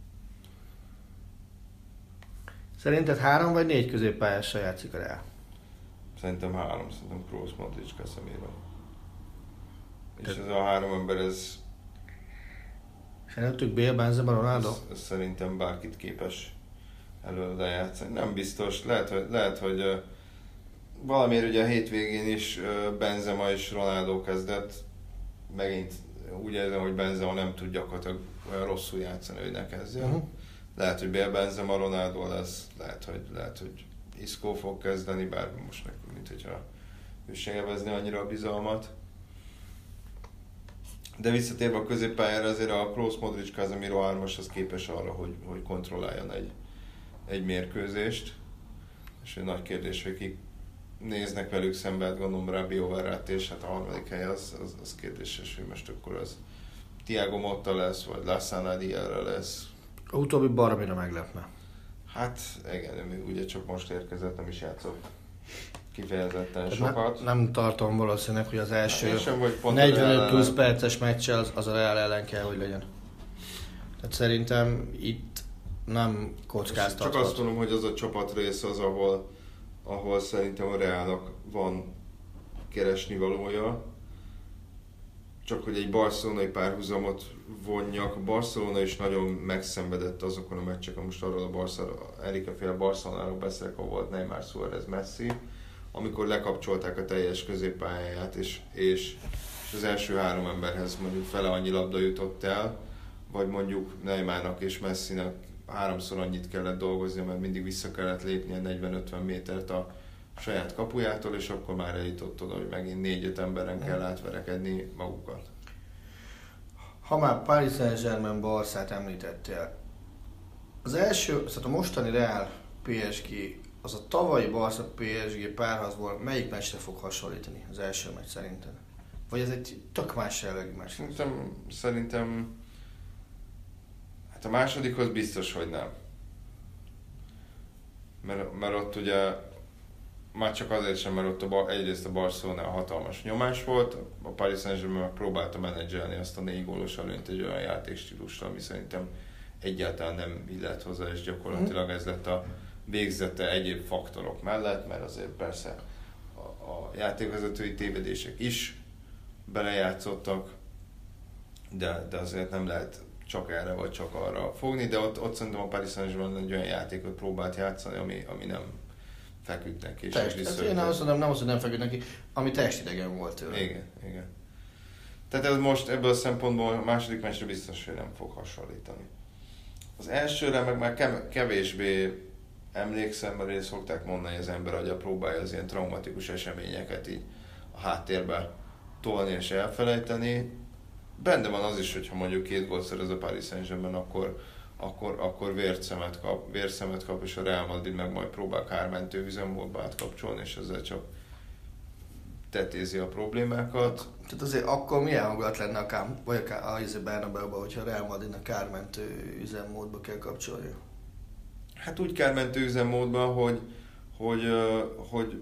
Szerinted három vagy négy középpályással játszik a Real? Szerintem három, szerintem Kroos, Modric, Casemiro. És Te- ez a három ember, ez, Szerintük Bale, Benzema, Ronaldo? ez, ez szerintem bárkit képes elől lejátszani. Nem biztos, lehet, hogy, lehet, hogy uh, valamiért ugye a hétvégén is uh, Benzema és Ronaldo kezdett. Megint úgy érzem, hogy Benzema nem tud gyakorlatilag olyan rosszul játszani, hogy ne kezdjen. Uh-huh. Lehet, hogy Bale, Benzema, Ronaldo lesz, lehet, hogy, lehet, hogy Isco fog kezdeni, bár most nekünk, mint hogyha ő se élvezni annyira a bizalmat. De visszatérve a középpályára, azért a Kroos, Modric, Casemiro hármas az képes arra, hogy, hogy kontrolláljon egy, egy mérkőzést. És egy nagy kérdés, hogy kik néznek velük szembe, hát gondolom Rabiot, Verratti, és hát a harmadik hely az, az, az kérdéses, hogy most akkor az Thiago Motta lesz, vagy Lassana Diarra lesz. A utóbbi baromira meglepne. Hát igen, ő még ugye csak most érkezett, nem is játszott kifejezetten Tehát sokat. Ne, nem tartom valószínűleg, hogy az első Én sem, hogy pont negyvenöt a plusz Real perces meccsel az, az a Real ellen kell, hogy legyen. Tehát szerintem itt nem Csak kockáztathat. azt mondom, hogy az a csapat rész az, ahol, ahol szerintem a Realnak van keresni valója. Csak hogy egy barcelonai párhuzamot vonjak. A Barcelona is nagyon megszenvedett azokon a meccseken, most arról a Barca, Enrique féle Barcelonáról beszélek, ahol volt Neymar, Suárez, Messi, amikor lekapcsolták a teljes középpályáját, és, és, és az első három emberhez mondjuk fele annyi labda jutott el, vagy mondjuk Neymarnak és Messinek háromszor annyit kellett dolgozni, mert mindig vissza kellett lépnie negyven-ötven métert a saját kapujától, és akkor már eljutott oda, hogy megint négy-öt emberen kell átverekedni magukat. Ha már Paris Saint-Germain Barszát említettél, az első, szóval a mostani Real pé es gé, az a tavalyi Barca pé es gé párharcból melyik meccsre fog hasonlítani az első meccs szerinted? Vagy ez egy tök más jellegű meccs? Szerintem, szerintem hát a másodikhoz biztos, hogy nem. Mert, mert ott ugye már csak azért sem, mert ott a, Bar- egyrészt a Barcelona hatalmas nyomás volt, a Paris Saint-Germain meg próbálta menedzselni azt a négy gólos előnyt egy olyan játékstílusra, ami szerintem egyáltalán nem illet hozzá, és gyakorlatilag ez lett a végzete egyéb faktorok mellett, mert azért persze a, a játékvezetői tévedések is belejátszottak, de, de azért nem lehet csak erre vagy csak arra fogni, de ott, ott szerintem a Paris Saint-Germain egy olyan játékot próbált játszani, ami, ami nem feküdt neki. És Test, vissza- én azt mondom, nem azt, hogy nem feküdt neki, ami testidegen volt tőle. Igen, igen. Tehát ez most ebből a szempontból a második meccsre biztos, hogy nem fog hasonlítani. Az elsőre meg már kev- kevésbé emlékszem, mert én szokták mondani, hogy az ember agya próbálja az ilyen traumatikus eseményeket így a háttérbe tolni és elfelejteni. Benne van az is, hogyha mondjuk két gólt szerez a Paris Saint-Germain, akkor, akkor, akkor vércemet kap, vércemet kap, és a Real Madrid meg majd próbál kármentő üzemmódba átkapcsolni, és ezzel csak tetézi a problémákat. Tehát azért akkor milyen hangulat lenne a, Kám, vagy a, a, a Bernabeuban, hogyha a Real Madridnak kármentő üzemmódba kell kapcsolni? Hát úgy kármentő üzemmódban, hogy, hogy, hogy,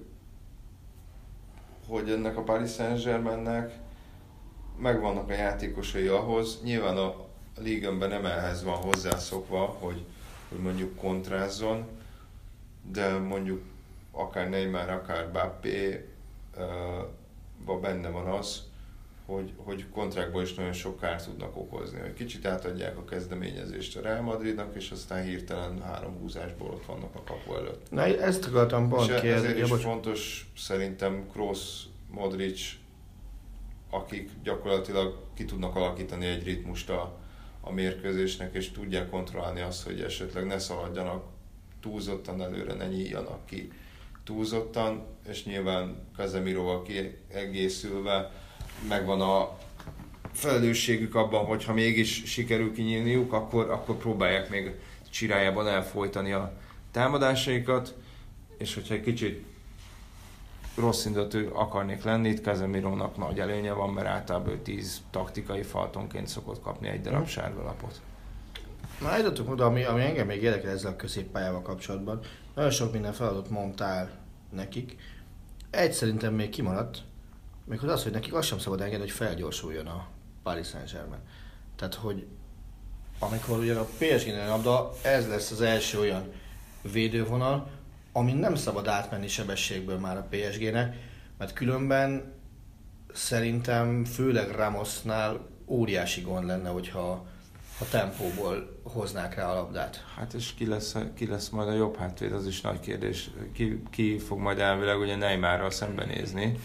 hogy ennek a Paris Saint-Germainnek megvannak a játékosai ahhoz. Nyilván a Ligue-ben nem ehhez van hozzászokva, hogy, hogy mondjuk kontrázzon, de mondjuk akár Neymar, akár Mbappé uh, benne van az, hogy, hogy kontrákból is nagyon sok kárt tudnak okozni, hogy kicsit átadják a kezdeményezést a Real Madridnak, és aztán hirtelen három húzásból ott vannak a kapu előtt. Na, ezt akartam pont kérdezni. Ezért is bocs. fontos szerintem Kroos, Modric, akik gyakorlatilag ki tudnak alakítani egy ritmust a, a mérkőzésnek, és tudják kontrollálni azt, hogy esetleg ne szaladjanak túlzottan előre, ne nyíljanak ki túlzottan, és nyilván Casemiroval kiegészülve megvan a felelősségük abban, hogy ha mégis sikerül kinyílniuk, akkor, akkor próbálják még csirájában elfolytani a támadásaikat, és hogyha egy kicsit rossz indulatú akarnék lenni, itt Casemirónak nagy előnye van, mert általában ő tíz taktikai faltonként szokott kapni egy darab sárga lapot. Na, eljutottunk oda, ami, ami engem még érdekel ezzel a középpályával kapcsolatban. Nagyon sok minden feladatot mondtál nekik. Egy szerintem még kimaradt, méghozzá az, hogy nekik azt sem szabad engedni, hogy felgyorsuljon a Paris Saint-Germain. Tehát, hogy amikor ugyan a pé es gé-nél labda, ez lesz az első olyan védővonal, amin nem szabad átmenni sebességből már a pé es gé-nek, mert különben szerintem főleg Ramosnál óriási gond lenne, hogyha a tempóból hoznák rá a labdát. Hát és ki lesz, ki lesz majd a jobb hátvéd, az is nagy kérdés. Ki, ki fog majd elvileg ugye Neymarral szembenézni?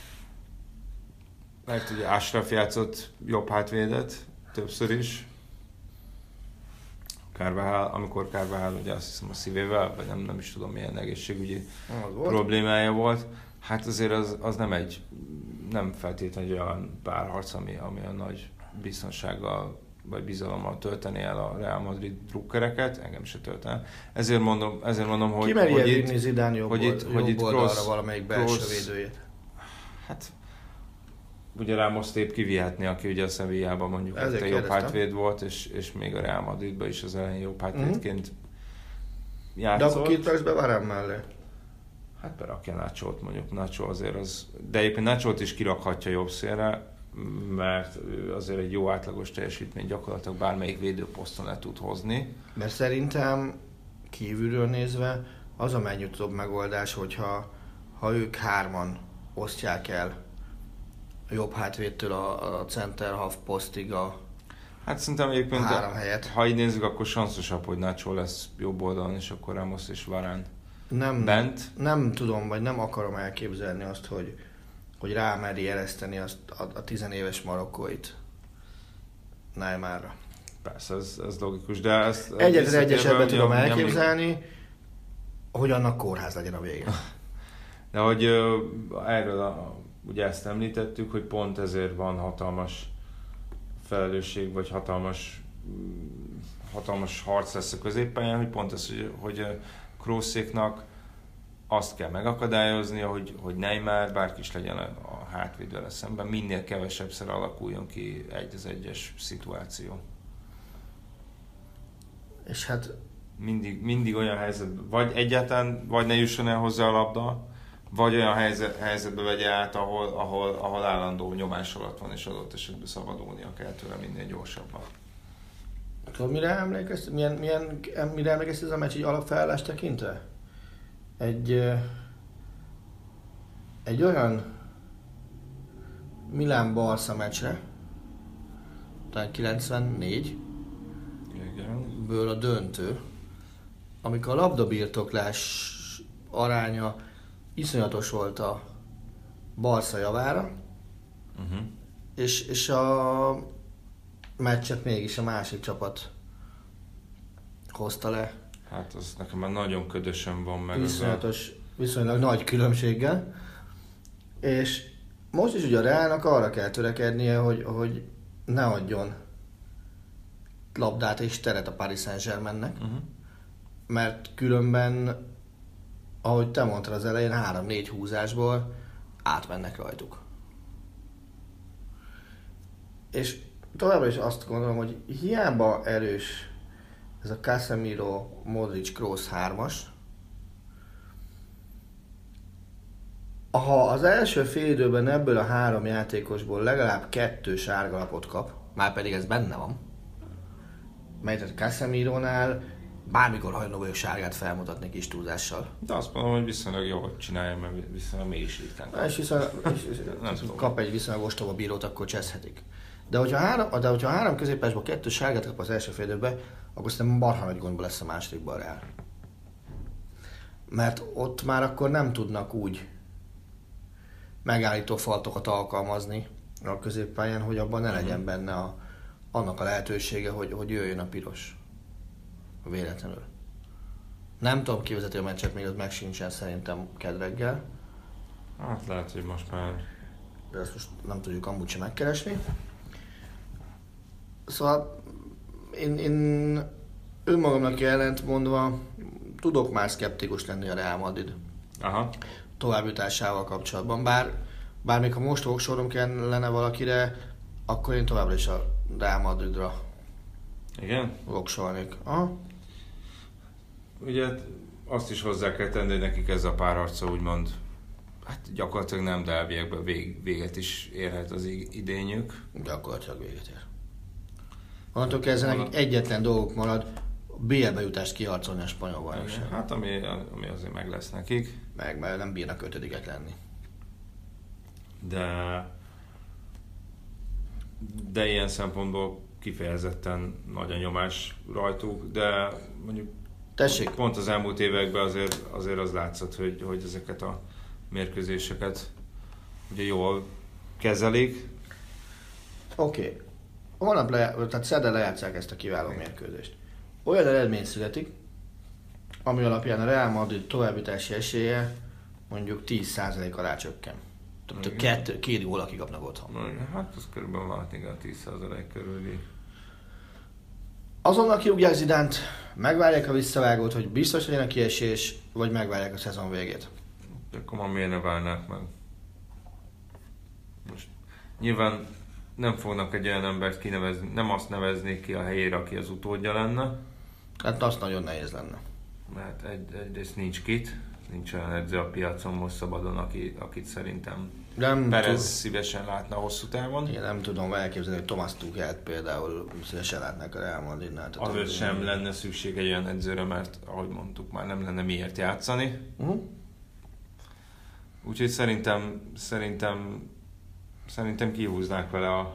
Mert ugye Ashraf játszott jobb hátvédet többször is. Carvajal, amikor Carvajal ugye azt hiszem a szívével, vagy nem, nem is tudom milyen egészségügyi volt. Problémája volt. Hát azért az, az nem egy, nem feltétlenül olyan párharc, ami, ami a nagy biztonsággal vagy bizalommal tölteni el a Real Madrid drukkereket, engem se töltene. Ezért mondom, ezért mondom, hogy... Ki merje vinni Zidane jobb, hogy itt, jobb hogy itt oldalra Kroos, valamelyik belső Kroos, védőjét? Hát ugye Ramos épp kivihetni, aki ugye a Sevillában mondjuk egy jobb kérdeztem. hátvéd volt, és, és még a Real Madridban is az elején jobb hátvédként mm-hmm. játszott. De akkor két percben Varane mellé. Hát berakja Nachót mondjuk, Nacho azért az... De egyébként Nachót is kirakhatja jobb szélre, mert azért egy jó átlagos teljesítmény gyakorlatilag bármelyik védőposzton le tud hozni. Mert szerintem kívülről nézve az a megnyugtatóbb megoldás, hogyha ha ők hárman osztják el a jobb hátvédtől a, a center half posztig a Hát szerintem egyébként, három helyet. Ha így nézzük, akkor sanszosabb, hogy Nacho lesz jobb oldalon, és akkor Ramos és Varane nem, bent. Nem tudom, vagy nem akarom elképzelni azt, hogy hogy rámeri ereszteni azt a, a tizenéves marokkóit Neymarra. Persze, ez, ez logikus, de ezt... Egyetlen egy esetben tudom elképzelni, hogy annak kórház legyen a vége. De hogy erről a, ugye ezt említettük, hogy pont ezért van hatalmas felelősség, vagy hatalmas, hatalmas harc lesz a középpályán, hogy pont ez, hogy, hogy Kroószéknak azt kell megakadályozni, hogy, hogy Neymar, bárki is legyen a hátvédővel szemben, minél kevesebbszer alakuljon ki egy az egyes szituáció. És hát... Mindig, mindig olyan helyzet, vagy egyáltalán, vagy ne jusson el hozzá a labda, vagy olyan helyzet, helyzetbe vegye át, ahol, ahol, ahol állandó nyomás alatt van, és adott esetben szabadulnia kell tőle minél gyorsabban. Tudod, mire emlékezz? Milyen, milyen, mire emlékezz ez a meccs, egy alapfelállást tekintve? Egy, egy olyan Milán-Barca meccsre, talán kilencvennégy, igen, ből a döntő, amikor a labdabirtoklás aránya iszonyatos volt a Barca javára, uh-huh. és, és a meccset mégis a másik csapat hozta le. Hát az nekem már nagyon ködösen van meg. Iszonyatos, viszonylag nagy különbséggel. És most is ugye a Realnak arra kell törekednie, hogy, hogy ne adjon labdát és teret a Paris Saint-Germainnek, uh-huh. mert különben, ahogy te mondtad az elején, három-négy húzásból átmennek rajtuk. És továbbra is azt gondolom, hogy hiába erős ez a Casemiro, Modric, Kroos hármas, ha az első fél időben ebből a három játékosból legalább kettő sárgalapot kap, már pedig ez benne van, mert Casemironál bármikor hajlandó vagyok sárgát felmutatni kis túlzással. De azt mondom, hogy viszonylag jól csinálja, mert viszonylag mégis ritkán kap. És viszonylag, és, és, kap egy viszonylag ostoba bírót, akkor cseszhetik. De hogyha három, de hogyha három középpásból kettő sárgát kap az első fél időben, akkor szerintem marha nagy gondba lesz a másodikban a Real. Mert ott már akkor nem tudnak úgy megállító faltokat alkalmazni a középpályán, hogy abban ne legyen benne a, annak a lehetősége, hogy, hogy jöjjön a piros. Véletlenül. Nem tudom kivezetni a meccset, még az meg sincsen szerintem kedreggel. Hát lehet, hogy most már... De ezt most nem tudjuk amúgy sem megkeresni. Szóval én, én önmagamnak ellent mondva tudok már szkeptikus lenni a Real Madrid Aha. továbbjutásával kapcsolatban. Bár, bár még ha most voksorom kellene valakire, akkor én továbbra is a Real Madridra Igen? voksolnék. Aha. Ugye azt is hozzá kell tenni, hogy nekik ez a párharca úgymond, hát gyakorlatilag nem derbiekben vég, véget is érhet az idényük. Gyakorlatilag véget ér. Onnantól kezdve nekik egyetlen dolgok marad, a bé el bejutást kiharcolni a spanyol bajnokság. Hát ami, ami azért meg lesz nekik. Meg, mert nem bírnak ötödikek lenni. De, de ilyen szempontból kifejezetten nagy a nyomás rajtuk, de mondjuk Tessék. Pont az elmúlt években azért, azért az látszott, hogy, hogy ezeket a mérkőzéseket ugye jól kezelik. Oké. Okay. Holnap le, tehát szerdán lejátszák ezt a kiváló mérkőzést. Olyan eredmény születik, ami alapján a Real Madrid továbbjutási esélye mondjuk tíz százalék alá csökken. Tehát két, két gól, aki kapnak otthon. Igen, hát az körülbelül van, igen, tíz százalék körüli. Azonnal kirúgják Zidánt, megvárják a visszavágót, hogy biztos legyen a kiesés, vagy megvárják a szezon végét. De akkor már miért ne várnák meg? Most nyilván nem fognak egy olyan embert kinevezni, nem azt neveznék ki a helyére, aki az utódja lenne. Hát azt nagyon nehéz lenne. Mert egy, egyrészt nincs kit, nincs olyan edző a piacon most szabadon, aki, akit szerintem nem Perez tud... szívesen látna hosszú távon. Én nem tudom elképzelni, hogy Thomas Tuchelt például szívesen látnák a Real Madridnál. Azért sem lenne szükség egy olyan edzőre, mert ahogy mondtuk, már nem lenne miért játszani. Uh-huh. Úgyhogy szerintem, szerintem, szerintem kihúznák vele a...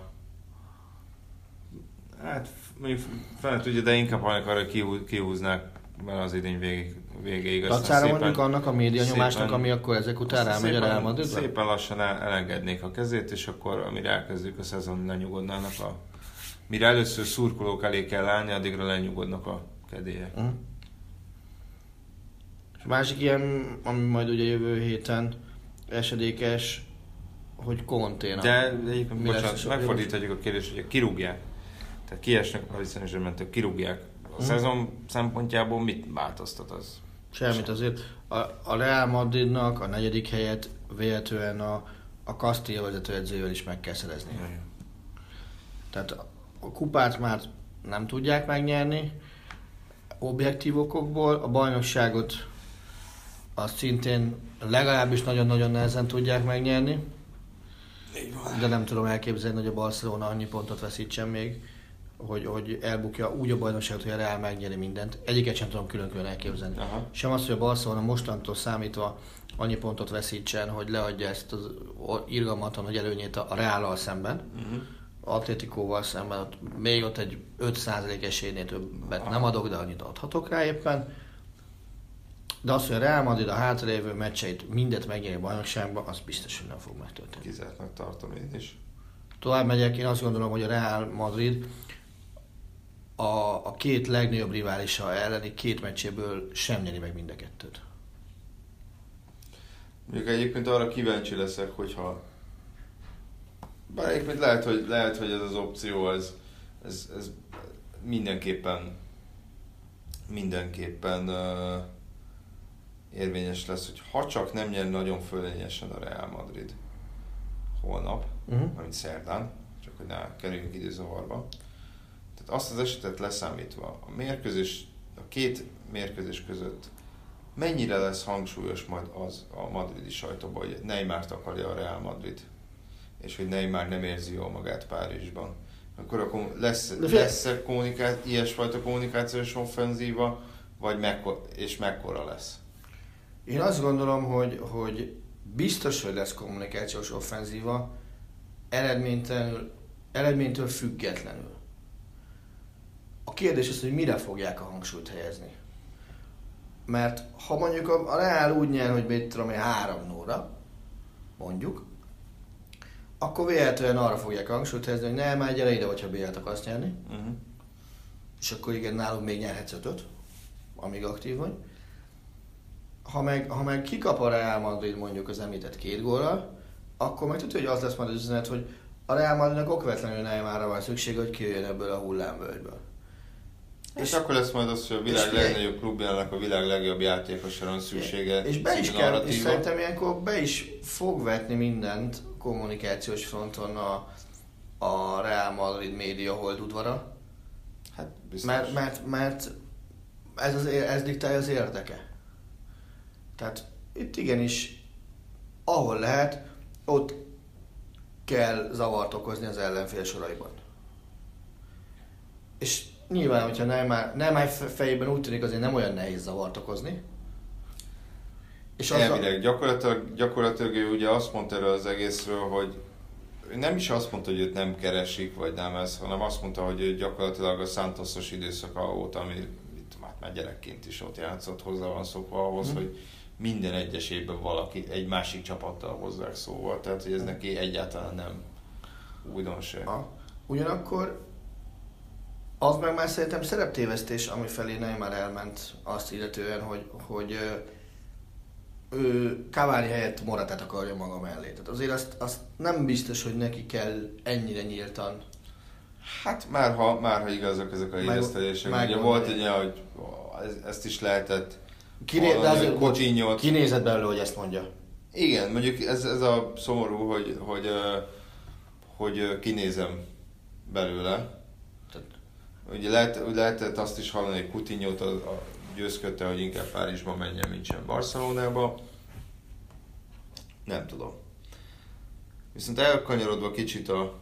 Hát mondjuk fel tudja, de inkább hajnak arra, hogy kihúznák vele az idény végig. végéig. Dacára mondjuk annak a média nyomásnak, ami akkor ezek után rámegy a Real Madridba? Szépen lassan elengednék a kezét, és akkor amire elkezdjük a szezon, lenyugodnának a... Mire először szurkolók elé kell állni, addigra lenyugodnak a kedélyek. Uh-huh. És a másik ilyen, ami majd ugye jövő héten esedékes, hogy Conténak. De egyébként, bocsánat, megfordíthatjuk a kérdést, hogy kirúgják. Tehát kiesnek a viszonyosmentől, kirúgják. A hmm. szezon szempontjából mit változtat az? Semmit azért. A, a Real Madridnak a negyedik helyet véletlenül a, a Castilla vezetőedzőjével is meg kell szerezni. Hmm. Tehát a kupát már nem tudják megnyerni objektív okokból, a bajnokságot azt szintén legalábbis nagyon-nagyon nehezen tudják megnyerni. De nem tudom elképzelni, hogy a Barcelona annyi pontot veszítsen még, hogy, hogy elbukja úgy a bajnokságot, hogy a Real megnyeri mindent. Egyiket sem tudom külön-külön elképzelni. Aha. Sem azt, hogy a Barcelona mostantól számítva annyi pontot veszítsen, hogy leadja ezt az irgalmatlan nagy előnyét a Reállal szemben, uh-huh. Atlétikóval szemben. Ott, még ott egy öt százalék esélynél többet Aha. nem adok, de annyit adhatok rá éppen. De az, hogy a Real Madrid a hátralévő meccseit mindet megnyeri a bajnokságban, az biztos, hogy nem fog megtörténni. Kizártnak tartom én is. Tovább megyek, én azt gondolom, hogy a Real Madrid a, a két legnagyobb riválisa elleni két meccséből sem nyeri meg mind a kettőt. Mondjuk egyébként arra kíváncsi leszek, hogyha... Bár egyébként lehet, hogy, lehet, hogy ez az opció, ez, ez, ez mindenképpen mindenképpen uh, érvényes lesz, hogy ha csak nem nyer nagyon fölényesen a Real Madrid, holnap, uh-huh. mint szerdán, csak hogy ne kerüljünk időzavarba. Tehát azt az esetet leszámítva, a mérkőzés, a két mérkőzés között mennyire lesz hangsúlyos majd az a madridi sajtóban, hogy Neymart akarja a Real Madrid, és hogy Neymar nem érzi jól magát Párizsban. Akkor, akkor lesz, lesz kommuniká- ilyesfajta kommunikációs offenzíva, vagy mekkora, és mekkora lesz? Én azt gondolom, hogy, hogy biztos, hogy lesz kommunikációs offenzíva, eredménytelenül, eredménytől függetlenül. A kérdés az, hogy mire fogják a hangsúlyt helyezni. Mert ha mondjuk a Real úgy nyer, hogy mit tudom én, három nulla, mondjuk, akkor véletlenül arra fogják a hangsúlyt helyezni, hogy nem, már gyere ide, hogyha bé el-t akarsz nyerni. Uh-huh. És akkor igen, nálunk még nyerhetsz ötöt, amíg aktív vagy. Ha meg, ha meg kikap a Real Madrid mondjuk az említett két gólral, akkor meg tudja, hogy az lesz majd az üzenet, hogy a Real Madridnak okvetlenül Neymarra van szüksége, hogy kijöjjön ebből a hullámvölgyből. És, és akkor lesz majd az, hogy a világ legnagyobb klubjának a világ legjobb játékosra van szüksége. És be is kell, és szerintem ilyenkor be is fog vetni mindent kommunikációs fronton a, a Real Madrid média holdudvara. Hát biztos. Mert, mert, mert ez, az, ez diktálja az érdeke. Tehát itt igenis, ahol lehet, ott kell zavart okozni az ellenfél soraiban. És nyilván, hogyha Neymar, Neymar fejében úgy tűnik, azért nem olyan nehéz zavart okozni. És elvileg, gyakorlatilag, gyakorlatilag ő ugye azt mondta erről az egészről, hogy nem is azt mondta, hogy őt nem keresik, vagy nem ez, hanem azt mondta, hogy ő gyakorlatilag a Santosos időszaka óta, ami itt már gyerekként is ott játszott, hozzá van szokva ahhoz, mm. hogy minden egyes évben valaki egy másik csapattal hozzák szóval, tehát hogy ez neki egyáltalán nem újdonság. Ha. Ugyanakkor az meg már szerintem szereptévesztés, ami felé Neymar elment azt illetően, hogy, hogy ő Cavani helyett Moratát akarja maga mellé. Tehát azért azt, azt nem biztos, hogy neki kell ennyire nyíltan. Hát már ha, már ha igazak ezek a híresztelések. Ugye volt egy olyan, hogy ezt is lehetett Kiné, de azért Coutinho-t... kinézett belőle, hogy ezt mondja. Igen, mondjuk ez, ez a szomorú, hogy, hogy, hogy kinézem belőle. Ugye lehet, lehetett azt is hallani, hogy Coutinho-t a, a győzködte, hogy inkább Párizsba menjen, mint sem Barcelonába. Nem tudom. Viszont elkanyarodva kicsit a...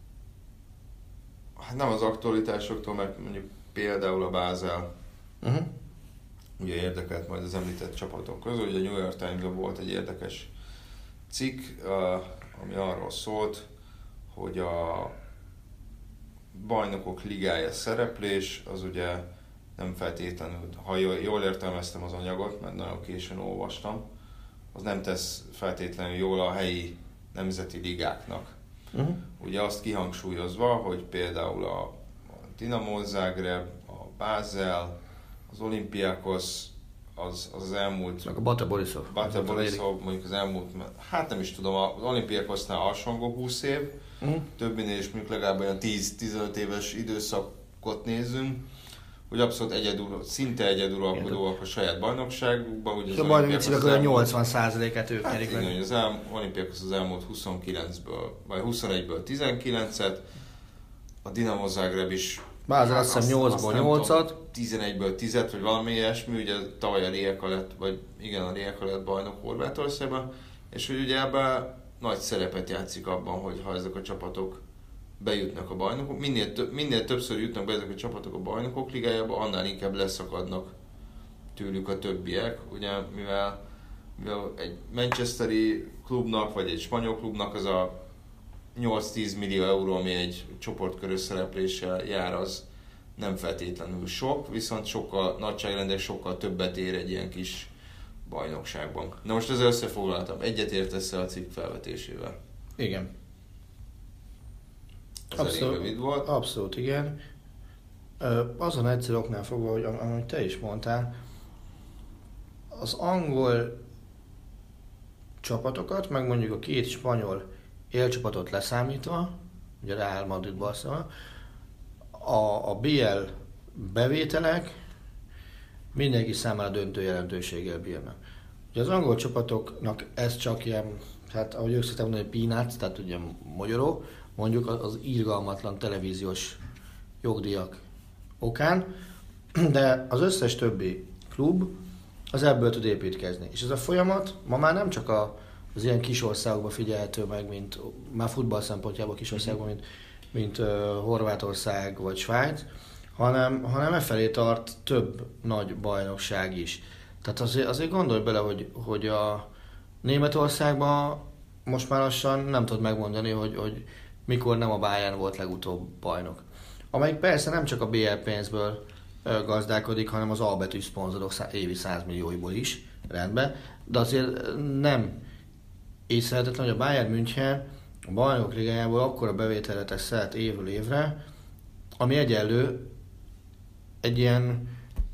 Hát nem az aktualitásoktól, mert mondjuk például a Basel uh-huh. ugye érdekelt majd az említett csapatok közül. Ugye a New York Times-ban volt egy érdekes cikk, ami arról szólt, hogy a bajnokok ligája szereplés, az ugye nem feltétlenül, ha jól értelmeztem az anyagot, mert nagyon későn olvastam, az nem tesz feltétlenül jól a helyi nemzeti ligáknak. Uh-huh. Ugye azt kihangsúlyozva, hogy például a Dinamo Zagreb, a Basel, az Olympiakos, az, az, az elmúlt... Meg a Bata Borisov. Bata Borisov, mondjuk az elmúlt, hát nem is tudom, az Olympiakosnál alsóangol húsz év, uh-huh. többinél is mondjuk legalább olyan tíz-tizenöt éves időszakot nézzünk, hogy abszolút egyedül, szinte egyeduralkodóak a saját bajnokságukban. Ugye a bajnoki címek olyan nyolcvan százalékát ők hát nyerik meg. meg. Az el, Olympiakos az elmúlt huszonkilencből, vagy huszonegyből tizenkilencet, a Dinamo Zagreb is Basel azt hiszem nyolcból nyolcat. tizenegyből tízet, vagy valami ilyesmi, ugye tavaly a Rijeka lett, vagy igen, a Rijeka lett bajnok Horvátországban, és hogy ugye ebben nagy szerepet játszik abban, hogy ha ezek a csapatok bejutnak a bajnokok, minél, több, minél többször jutnak be ezek a csapatok a bajnokok ligájába, annál inkább leszakadnak tőlük a többiek, ugye mivel, mivel egy manchesteri klubnak, vagy egy spanyol klubnak az a nyolc-tíz millió euró, ami egy csoportkörös szerepléssel jár, az nem feltétlenül sok, viszont sokkal, nagyságrendek sokkal többet ér egy ilyen kis bajnokságban. Na most ezzel összefoglaltam. Egyet értesz a cikk felvetésével? Igen. Ez abszolút, rövid volt. Abszolút, igen. Azon egyszerű oknál fogva, hogy amit te is mondtál, az angol csapatokat, meg mondjuk a két spanyol élcsapatot leszámítva, ugye Real Madrid, Barcelona, a, a bé el bevételek mindenki számára döntő jelentőséggel bírnak. Ugye az angol csapatoknak ez csak ilyen, hát ahogy ők szokták mondani, peanuts, tehát ugye magyaró, mondjuk az irgalmatlan televíziós jogdíjak okán, de az összes többi klub az ebből tud építkezni. És ez a folyamat ma már nem csak a, az ilyen kis országokban figyelhető meg, mint már futball szempontjából kis országokban, mint, mint uh, Horvátország vagy Svájc, hanem, hanem e felé tart több nagy bajnokság is. Tehát azért, azért gondolj bele, hogy, hogy a Németországban most már lassan nem tudod megmondani, hogy, hogy mikor nem a Bayern volt legutóbb bajnok. Amelyik persze nem csak a bé el pénzből gazdálkodik, hanem az A betű szponzorok évi száz millióiból is, rendben, de azért nem észrevehetetlen, hogy a Bayern München a bajnokok ligájából akkora bevételre tesz szert évről évre, ami egyenlő egy ilyen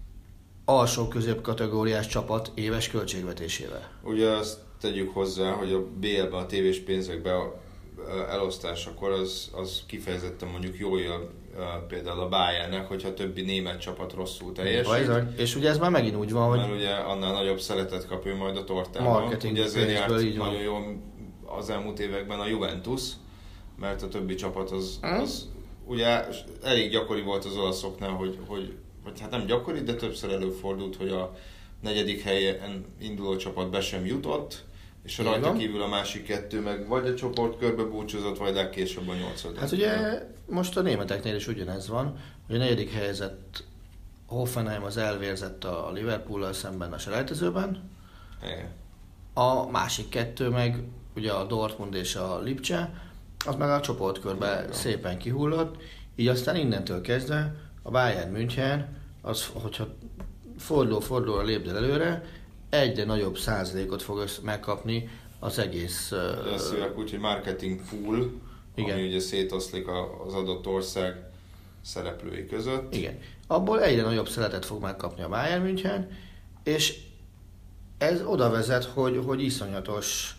alsó középkategóriás csapat éves költségvetésével. Ugye azt tegyük hozzá, hogy a bé el-ben a tévés pénzekben elosztásakor az, az kifejezetten mondjuk jól jön például a Bayernnek, hogyha a többi német csapat rosszul teljesít. És ugye ez már megint úgy van, mert hogy... ugye annál nagyobb szeletet kap ő majd a tortában. Marketing ugye ezért járt így nagyon jól az elmúlt években a Juventus, mert a többi csapat az, az ugye elég gyakori volt az olaszoknál, hogy, hogy vagy hát nem gyakori, de többször előfordult, hogy a negyedik helyen induló csapat be sem jutott, és rajta kívül a másik kettő meg vagy a csoportkörbe búcsúzott, vagy legkésőbb a nyolcadik. Hát ugye most a németeknél is ugyanez van, hogy a negyedik helyezett Hoffenheim az elvérzett a Liverpool-al szemben a selejtezőben. Igen. A másik kettő meg, ugye a Dortmund és a Lipcse, az meg a csoportkörbe Igen. szépen kihullott, így aztán innentől kezdve a Bayern München, az, hogyha forduló-fordulóra lépdel előre, egyre nagyobb százalékot fog megkapni az egész... De azt hívják úgy, hogy marketing pool, Igen. ami ugye szétoszlik az adott ország szereplői között. Igen. Abból egyre nagyobb szeletet fog megkapni a Bayern München, és ez oda vezet, hogy, hogy iszonyatosan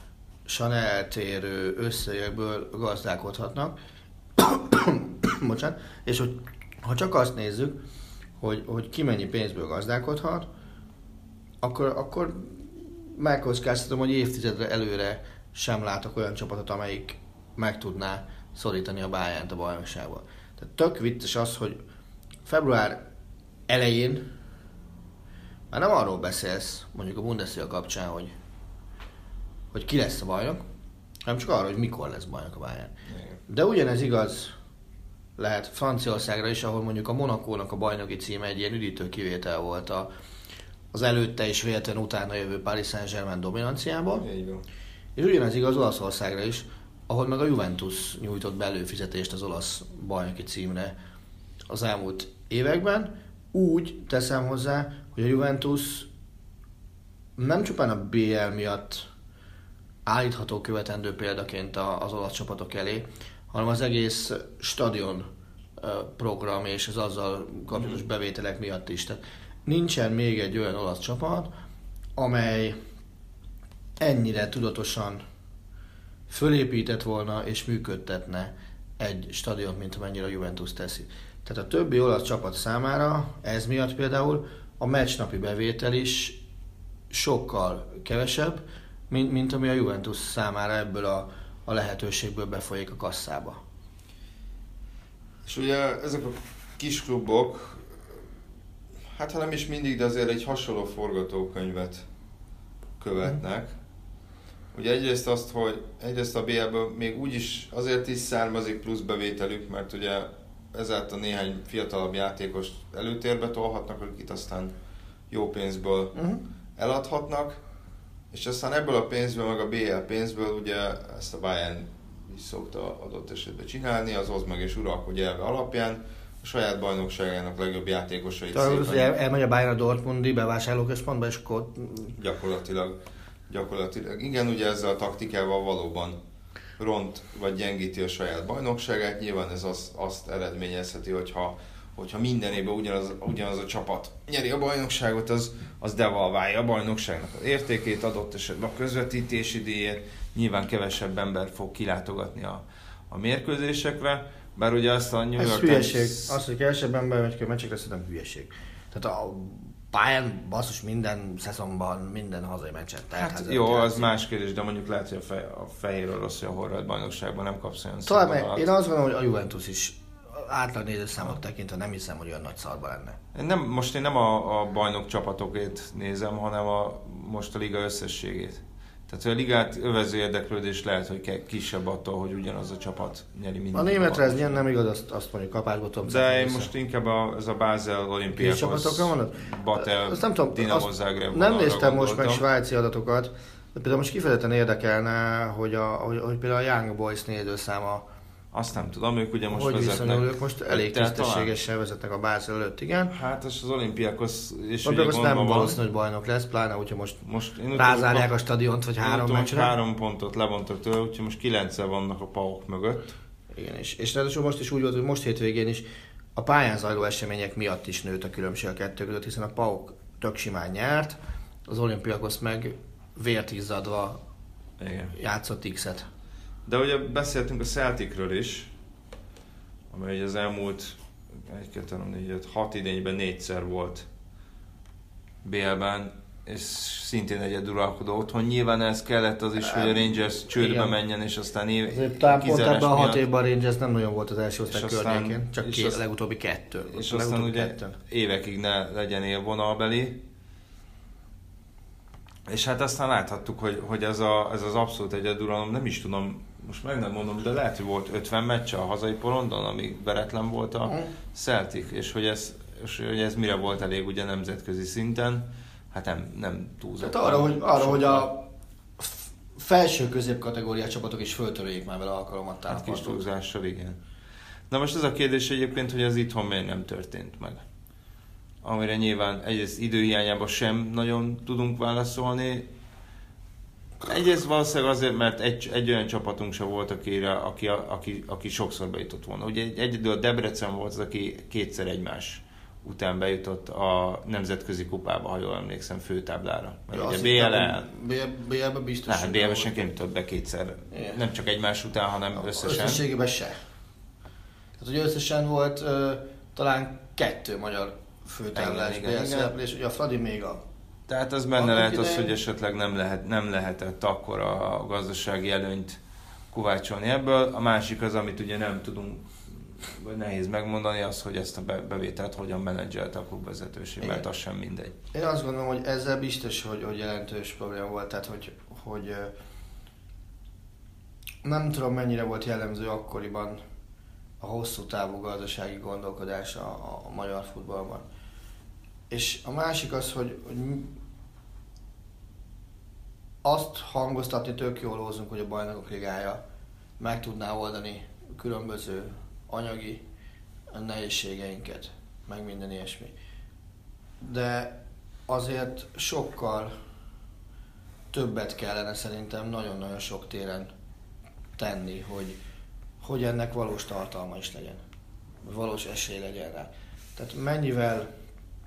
eltérő összegekből gazdálkodhatnak. Bocsánat. És hogy ha csak azt nézzük, hogy, hogy ki mennyi pénzből gazdálkodhat, akkor, akkor megkockáztatom, hogy évtizedre előre sem látok olyan csapatot, amelyik meg tudná szorítani a Bayernt a bajnokságból. Tehát tök vicces az, hogy február elején már nem arról beszélsz, mondjuk a Bundesliga kapcsán, hogy, hogy ki lesz a bajnok, hanem csak arról, hogy mikor lesz bajnok a Bayern. De ugyanez igaz lehet Franciaországra is, ahol mondjuk a Monacónak a bajnoki címe egy ilyen üdítő kivétel volt a, az előtte és véletlen utána jövő Paris Saint-Germain dominanciából. És ugyanez igaz Olaszországra is, ahol meg a Juventus nyújtott be előfizetést az olasz bajnoki címre az elmúlt években. Úgy teszem hozzá, hogy a Juventus nem csupán a bé el miatt állítható követendő példaként az olasz csapatok elé, hanem az egész stadion program és az azzal kapcsolatos bevételek miatt is. Tehát nincsen még egy olyan olasz csapat, amely ennyire tudatosan fölépített volna és működtetne egy stadiont, mint amennyire a Juventus teszi. Tehát a többi olasz csapat számára ez miatt például a meccsnapi bevétel is sokkal kevesebb, mint, mint ami a Juventus számára ebből a, a lehetőségből befolyik a kasszába. És ugye ezek a kis klubok, hát ha nem is mindig, de azért egy hasonló forgatókönyvet követnek. Mm. Ugye egyrészt azt, hogy egyrészt a bé el-ből még úgyis azért is származik plusz bevételük, mert ugye ezáltal néhány fiatalabb játékost előtérbe tolhatnak, akik aztán jó pénzből uh-huh. eladhatnak, és aztán ebből a pénzből, meg a bé el pénzből ugye ezt a Bayern is szokta adott esetben csinálni, az oszd meg és uralkodj elve alapján a saját bajnokságának legjobb játékosait szépen... El, elmegy a Bayern a Dortmundi bevásárlóközpontba, és akkor... Gyakorlatilag, gyakorlatilag. Igen, ugye ezzel a taktikával valóban ront vagy gyengíti a saját bajnokságát. Nyilván ez azt, azt eredményezheti, hogyha, hogyha minden évben ugyanaz, ugyanaz a csapat nyeri a bajnokságot, az, az devalválja a bajnokságnak az értékét, adott esetben a közvetítési díját. Nyilván kevesebb ember fog kilátogatni a, a mérkőzésekre, bár ugye azt a New York Times... Ez hülyeség. Az, hogy kevesebb ember megy ki a meccsekre, szerintem hülyeség. Tehát a pályán basszus minden szezonban, minden hazai meccset. Hát jó, az játszik. Más kérdés, de mondjuk lehet, hogy a, fej, a fehér orosz a horvát bajnokságban nem kapsz olyan színvonalat. Én azt gondolom, hogy a Juventus is átlag nézőszámot tekintve nem hiszem, hogy olyan nagy szarba lenne. Én nem, most én nem a, a bajnok csapatokét nézem, hanem a, most a liga összességét. Tehát, hogy a ligát övező érdeklődés lehet, hogy kisebb attól, hogy ugyanaz a csapat nyeri mindent. A németre ez nem igaz, azt, azt mondjuk kapásbotom. De én most inkább a, ez a Basel, Olympiakos, Batel, Dinamo Zagreb. Nem néztem most meg svájci adatokat, de például most kifejezetten érdekelne, hogy, a, hogy, hogy például a Young Boys nézőszáma. Azt nem tudom, ők ugye most hogy vezetnek. Ők most elég tisztességesen vezetnek a Basel előtt, igen. Hát az Olympiakos és ugye nem van valószínű, hogy bajnok lesz, pláne hogyha most, most rázárják a stadiont, vagy három meccsre. Három pontot levontak tőle, úgyhogy most kilencen vannak a pauk mögött. Igen, és, és ráadásul most is úgy volt, hogy most hétvégén is a pályán zajló események miatt is nőtt a különbség a kettő között, hiszen a pauk tök simán nyert, az Olympiakos meg vért izzadva játszott X-et. De ugye beszéltünk a Celticről is, amely az elmúlt egy, kettő, három, négy, öt, hat idényben négyszer volt bé el-ben, és szintén egyeduralkodó otthon. Nyilván ez kellett az is, hogy a Rangers csődbe menjen, és aztán év, kizárás pont ebben a hat évben a Rangers nem nagyon volt az első osztály környékén, csak két, az, a legutóbbi kettő. És a aztán ugye kettő. Évekig ne legyen élvonalbeli. És hát aztán láthattuk, hogy, hogy ez, a, ez az abszolút egyeduralom, nem is tudom, most meg nem mondom, de lehet, hogy volt ötven meccse a hazai porondon, amíg veretlen volt a Celtic, és hogy ez, és hogy ez mire volt elég ugye nemzetközi szinten, hát nem, nem túlzott. Hát arra, hogy, arra, hogy a felső középkategóriás csapatok is föltörőjék már vele alkalomat. Hát kis túlzással, igen. Na most ez a kérdés egyébként, hogy ez itthon miért nem történt meg. Amire nyilván egyrészt időhiányában sem nagyon tudunk válaszolni. Egyrészt valószínűleg azért, mert egy, egy olyan csapatunk sem volt, akire, aki, aki, aki sokszor bejutott volna. Ugye egyedül a Debrecen volt az, aki kétszer egymás után bejutott a nemzetközi kupába, ha jól emlékszem, főtáblára. Mert ja, ugye bé el-el... bé el-ben biztos. Hát bé el-ben senki nem jutott be kétszer. Yeah. Nem csak egymás után, hanem a, összesen. Összességében se. Tehát ugye összesen volt uh, talán kettő magyar főtáblás bé el szereplés, ugye a Fradi még a... Tehát az benne a lehet az, hogy esetleg nem, lehet, nem lehetett akkor a gazdasági előnyt kovácsolni ebből. A másik az, amit ugye nem tudunk, vagy nehéz megmondani, az, hogy ezt a bevételt hogyan menedzselte a klubvezetőség, mert az sem mindegy. Én azt gondolom, hogy ezzel biztos, hogy, hogy jelentős probléma volt, tehát hogy, hogy nem tudom mennyire volt jellemző akkoriban a hosszú távú gazdasági gondolkodás a, a magyar futballban. És a másik az, hogy, hogy azt hangoztatni tök jól hozzunk, hogy a Bajnokok Ligája meg tudná oldani különböző anyagi nehézségeinket, meg minden ilyesmi. De azért sokkal többet kellene szerintem nagyon-nagyon sok téren tenni, hogy, hogy ennek valós tartalma is legyen, valós esély legyen rá. Tehát mennyivel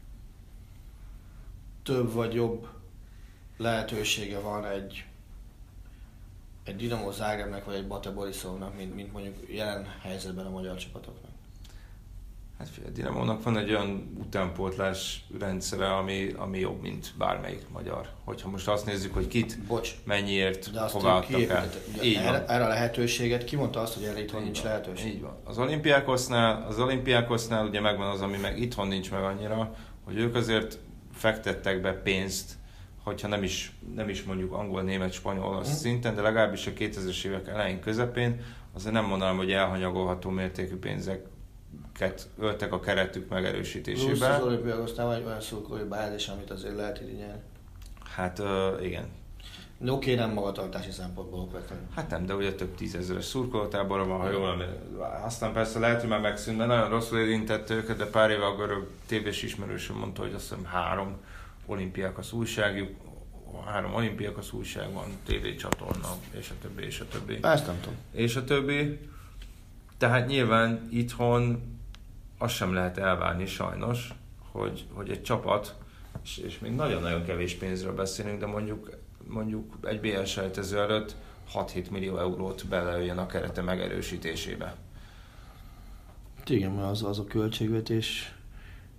több vagy jobb lehetősége van egy, egy Dinamo Zagrebnek vagy egy Bate Borisovnak, mint, mint mondjuk jelen helyzetben a magyar csapatoknak. Hát a Dinamónak van egy olyan utánpótlás rendszere, ami, ami jobb, mint bármelyik magyar. Hogyha most azt nézzük, hogy kit, Bocs, mennyiért, hova adtak el. Erre, erre a lehetőséget, ki mondta azt, hogy erre itthon nincs van, lehetőség? Így van. Az Olympiakosnál, az Olympiakosnál ugye megvan az, ami meg itthon nincs meg annyira, hogy ők azért fektettek be pénzt, hogyha nem is, nem is mondjuk angol, német, spanyol mm. szinten, de legalábbis a kétezres évek elején, közepén, azért nem mondanám, hogy elhanyagolható mértékű pénzeket öltek a keretük megerősítésébe. Plusz az Olympiakosnál vagy olyan szurkolói bázis, amit azért lehet irigyelni. Hát uh, igen. De oké, nem magatartási szempontból okvetlenül. Hát nem, de ugye több tízezeres szurkolótábor van, ha jól emlékszem. Aztán persze lehet, hogy már megszűnt, mert nagyon rosszul érintett őket, de pár éve a görög tévés ismerősöm mondta, hogy azt hiszem három Olympiakos újságjuk, három Olympiakos újság van, tévécsatorna, és a többi, és a többi. Ezt nem tudom. És a többi. Tehát nyilván itthon azt sem lehet elvárni sajnos, hogy, hogy egy csapat, és, és még nagyon-nagyon kevés pénzről beszélünk, de mondjuk, mondjuk egy bé el selejtező előtt hat-hét millió eurót beleöljön a kerete megerősítésébe. Igen, mert az, az a költségvetés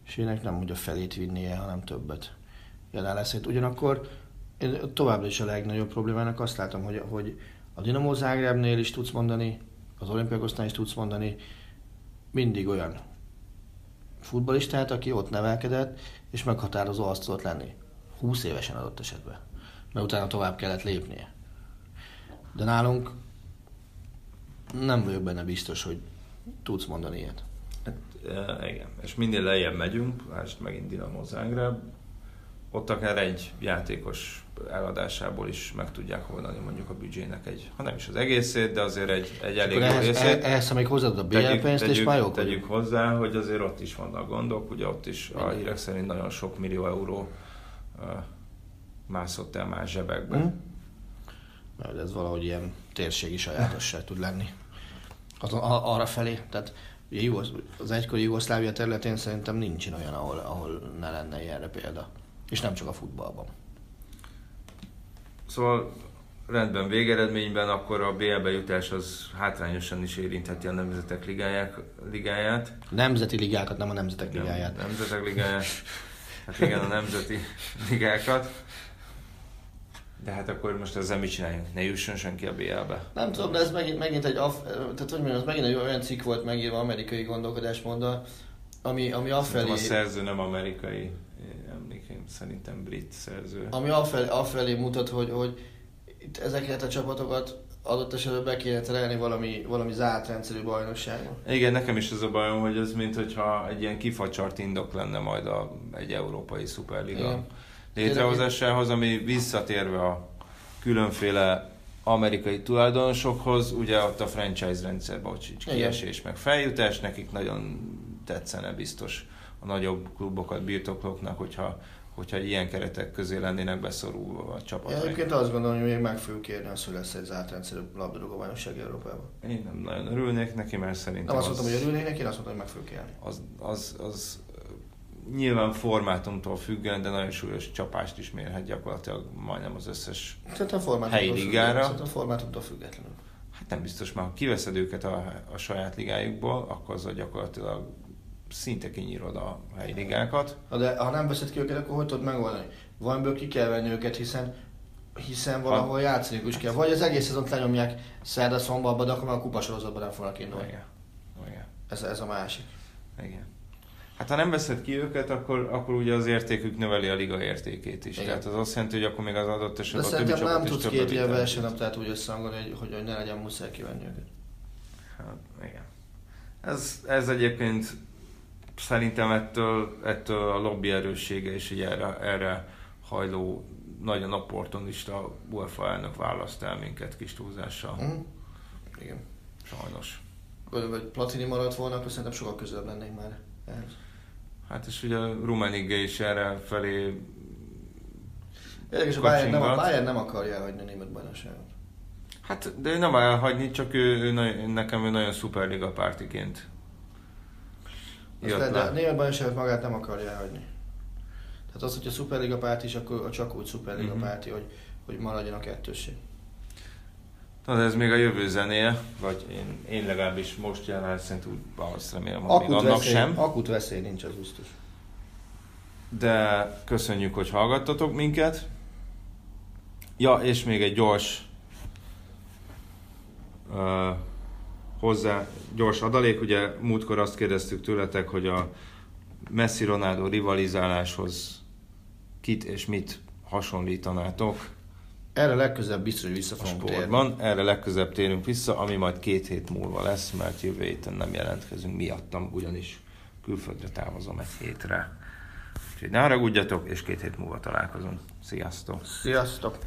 és ének nem úgy a felét vinnie, hanem többet jelen lesz. Ugyanakkor én továbbra is a legnagyobb problémának azt látom, hogy, hogy a Dinamo Zágrábnél is tudsz mondani, az Olympiakosnál is tudsz mondani, mindig olyan futballistát, aki ott nevelkedett, és meghatározó azt tudott lenni. húsz évesen adott esetben. Mert utána tovább kellett lépnie. De nálunk nem vagyok benne biztos, hogy tudsz mondani ilyet. Hát, e, igen. És minél lejjebb megyünk, lásd megint Dinamo Zágráb, ott akár egy játékos eladásából is meg tudják oldani mondjuk a büdzsének egy, ha nem is az egészét, de azért egy, egy elég jó részét. Ehhez, ha még hozzáadod a bé el pénzt, és már jók Tegyük hozzá, hogy azért ott is vannak gondok, ugye ott is a hírek szerint nagyon sok millió euró uh, mászott el más zsebekbe. Hmm. Mert ez valahogy ilyen térségi sajátosság tud lenni. Az, a, arra felé, tehát ugye az egykori Jugoszlávia területén szerintem nincsen olyan, ahol, ahol ne lenne ilyenre példa. És nem csak a futballban. Szóval rendben, végeredményben akkor a bé el-be jutás az hátrányosan is érintheti a Nemzetek Ligáják, Ligáját. Nemzeti ligákat, nem a Nemzetek Ligáját. Nem, Nemzetek Ligáját. Hát igen, a nemzeti ligákat. De hát akkor most ezzel mit csináljunk? Ne jusson senki a bé el-be? Nem tudom, de ez megint, megint egy, af, tehát hogy mondjam, ez megint egy olyan cikk volt megírva amerikai gondolkodásmóddal, ami, ami afelé... A szerző nem amerikai, emlékeim szerintem brit szerző. Ami afelé, afelé mutat, hogy, hogy itt ezeket a csapatokat adott esetben be kéne terelni valami, valami zárt rendszerű bajnokságban. Igen, nekem is ez a bajom, hogy ez mintha egy ilyen kifacsart indok lenne majd a, egy európai szuperliga. Igen. Létrehozásához, ami visszatérve a különféle amerikai tulajdonosokhoz, ugye ott a franchise rendszerben ott sincs kiesés, meg feljutás, nekik nagyon tetszene biztos a nagyobb klubokat, birtoklóknak, hogyha, hogyha ilyen keretek közé lennének beszorulva a csapatok. Egyébként azt gondolom, hogy még meg fogjuk kérni azt, hogy lesz egy zárt rendszerű labdarúgó-bajnokság Európában. Én nem nagyon örülnék neki, mert szerintem nem azt mondtam, az, hogy örülnék neki, én azt mondtam, hogy meg fogjuk kérni. Az, az, az nyilván formátumtól függően, de nagyon súlyos csapást is mérhet gyakorlatilag majdnem az összes helyi ligára. Szerintem a formátumtól függetlenül. Hát nem biztos, már ha kiveszed őket a, a saját ligájukból, akkor azzal gyakorlatilag szinte kinyírod a helyi ligákat. De ha nem veszed ki őket, akkor hogy tudod megoldani? Valamiből ki kell venni őket, hiszen hiszen valahol ha, játszani is kell. Vagy az egész szezont lenyomják szerda szombatba, de akkor már a kupasorozatban nem fognak indulni. Igen. Igen. Ez, ez a másik. Igen. Hát ha nem veszed ki őket, akkor, akkor ugye az értékük növeli a liga értékét is. Igen. Tehát az azt jelenti, hogy akkor még az adott esetben a többi csapat is többet. De szerintem nem tudsz két ilyen versenynaptát úgy összehangolni, hogy, hogy, hogy ne legyen muszáj kivenni őket. Hát igen. Ez, ez egyébként szerintem ettől, ettől a lobby erőssége és így erre, erre hajló nagyon opportunista UEFA elnök választ el minket kis túlzással. Mm. Igen. Sajnos. Vagy Platini maradt volna, akkor szerintem sokkal közelebb lennénk már ehhez. Hát és ugye a Rummenigge is erre felé érdekes, a Bayern nem, a Bayern nem akarja elhagyni a német bajnokságot. Hát, de ő nem elhagyni, csak ő, ő, ő nekem ő nagyon szuperliga pártiként jött le. De a német bajnokságot magát nem akarja elhagyni. Tehát az, hogy a szuperliga párt is, akkor csak úgy szuperliga mm-hmm. párti, hogy, hogy maradjon a kettősség. Na, de ez még a jövő zenéje, vagy én, én legalábbis most jelen szerint úgy azt remélem, hogy még annak veszély, sem. Akut veszély nincs, az biztos. De köszönjük, hogy hallgattatok minket. Ja, és még egy gyors uh, hozzá, gyors adalék. Ugye múltkor azt kérdeztük tőletek, hogy a Messi-Ronaldo rivalizáláshoz kit és mit hasonlítanátok. Erre legközelebb biztos, hogy vissza fogunk térni. Erre legközelebb térünk vissza, ami majd két hét múlva lesz, mert jövő héten nem jelentkezünk miattam, ugyanis külföldre távozom egy hétre. Úgyhogy ne haragudjatok, és két hét múlva találkozunk. Sziasztok! Sziasztok!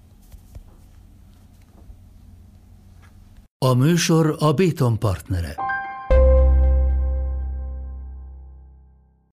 A műsor a Béton partnere.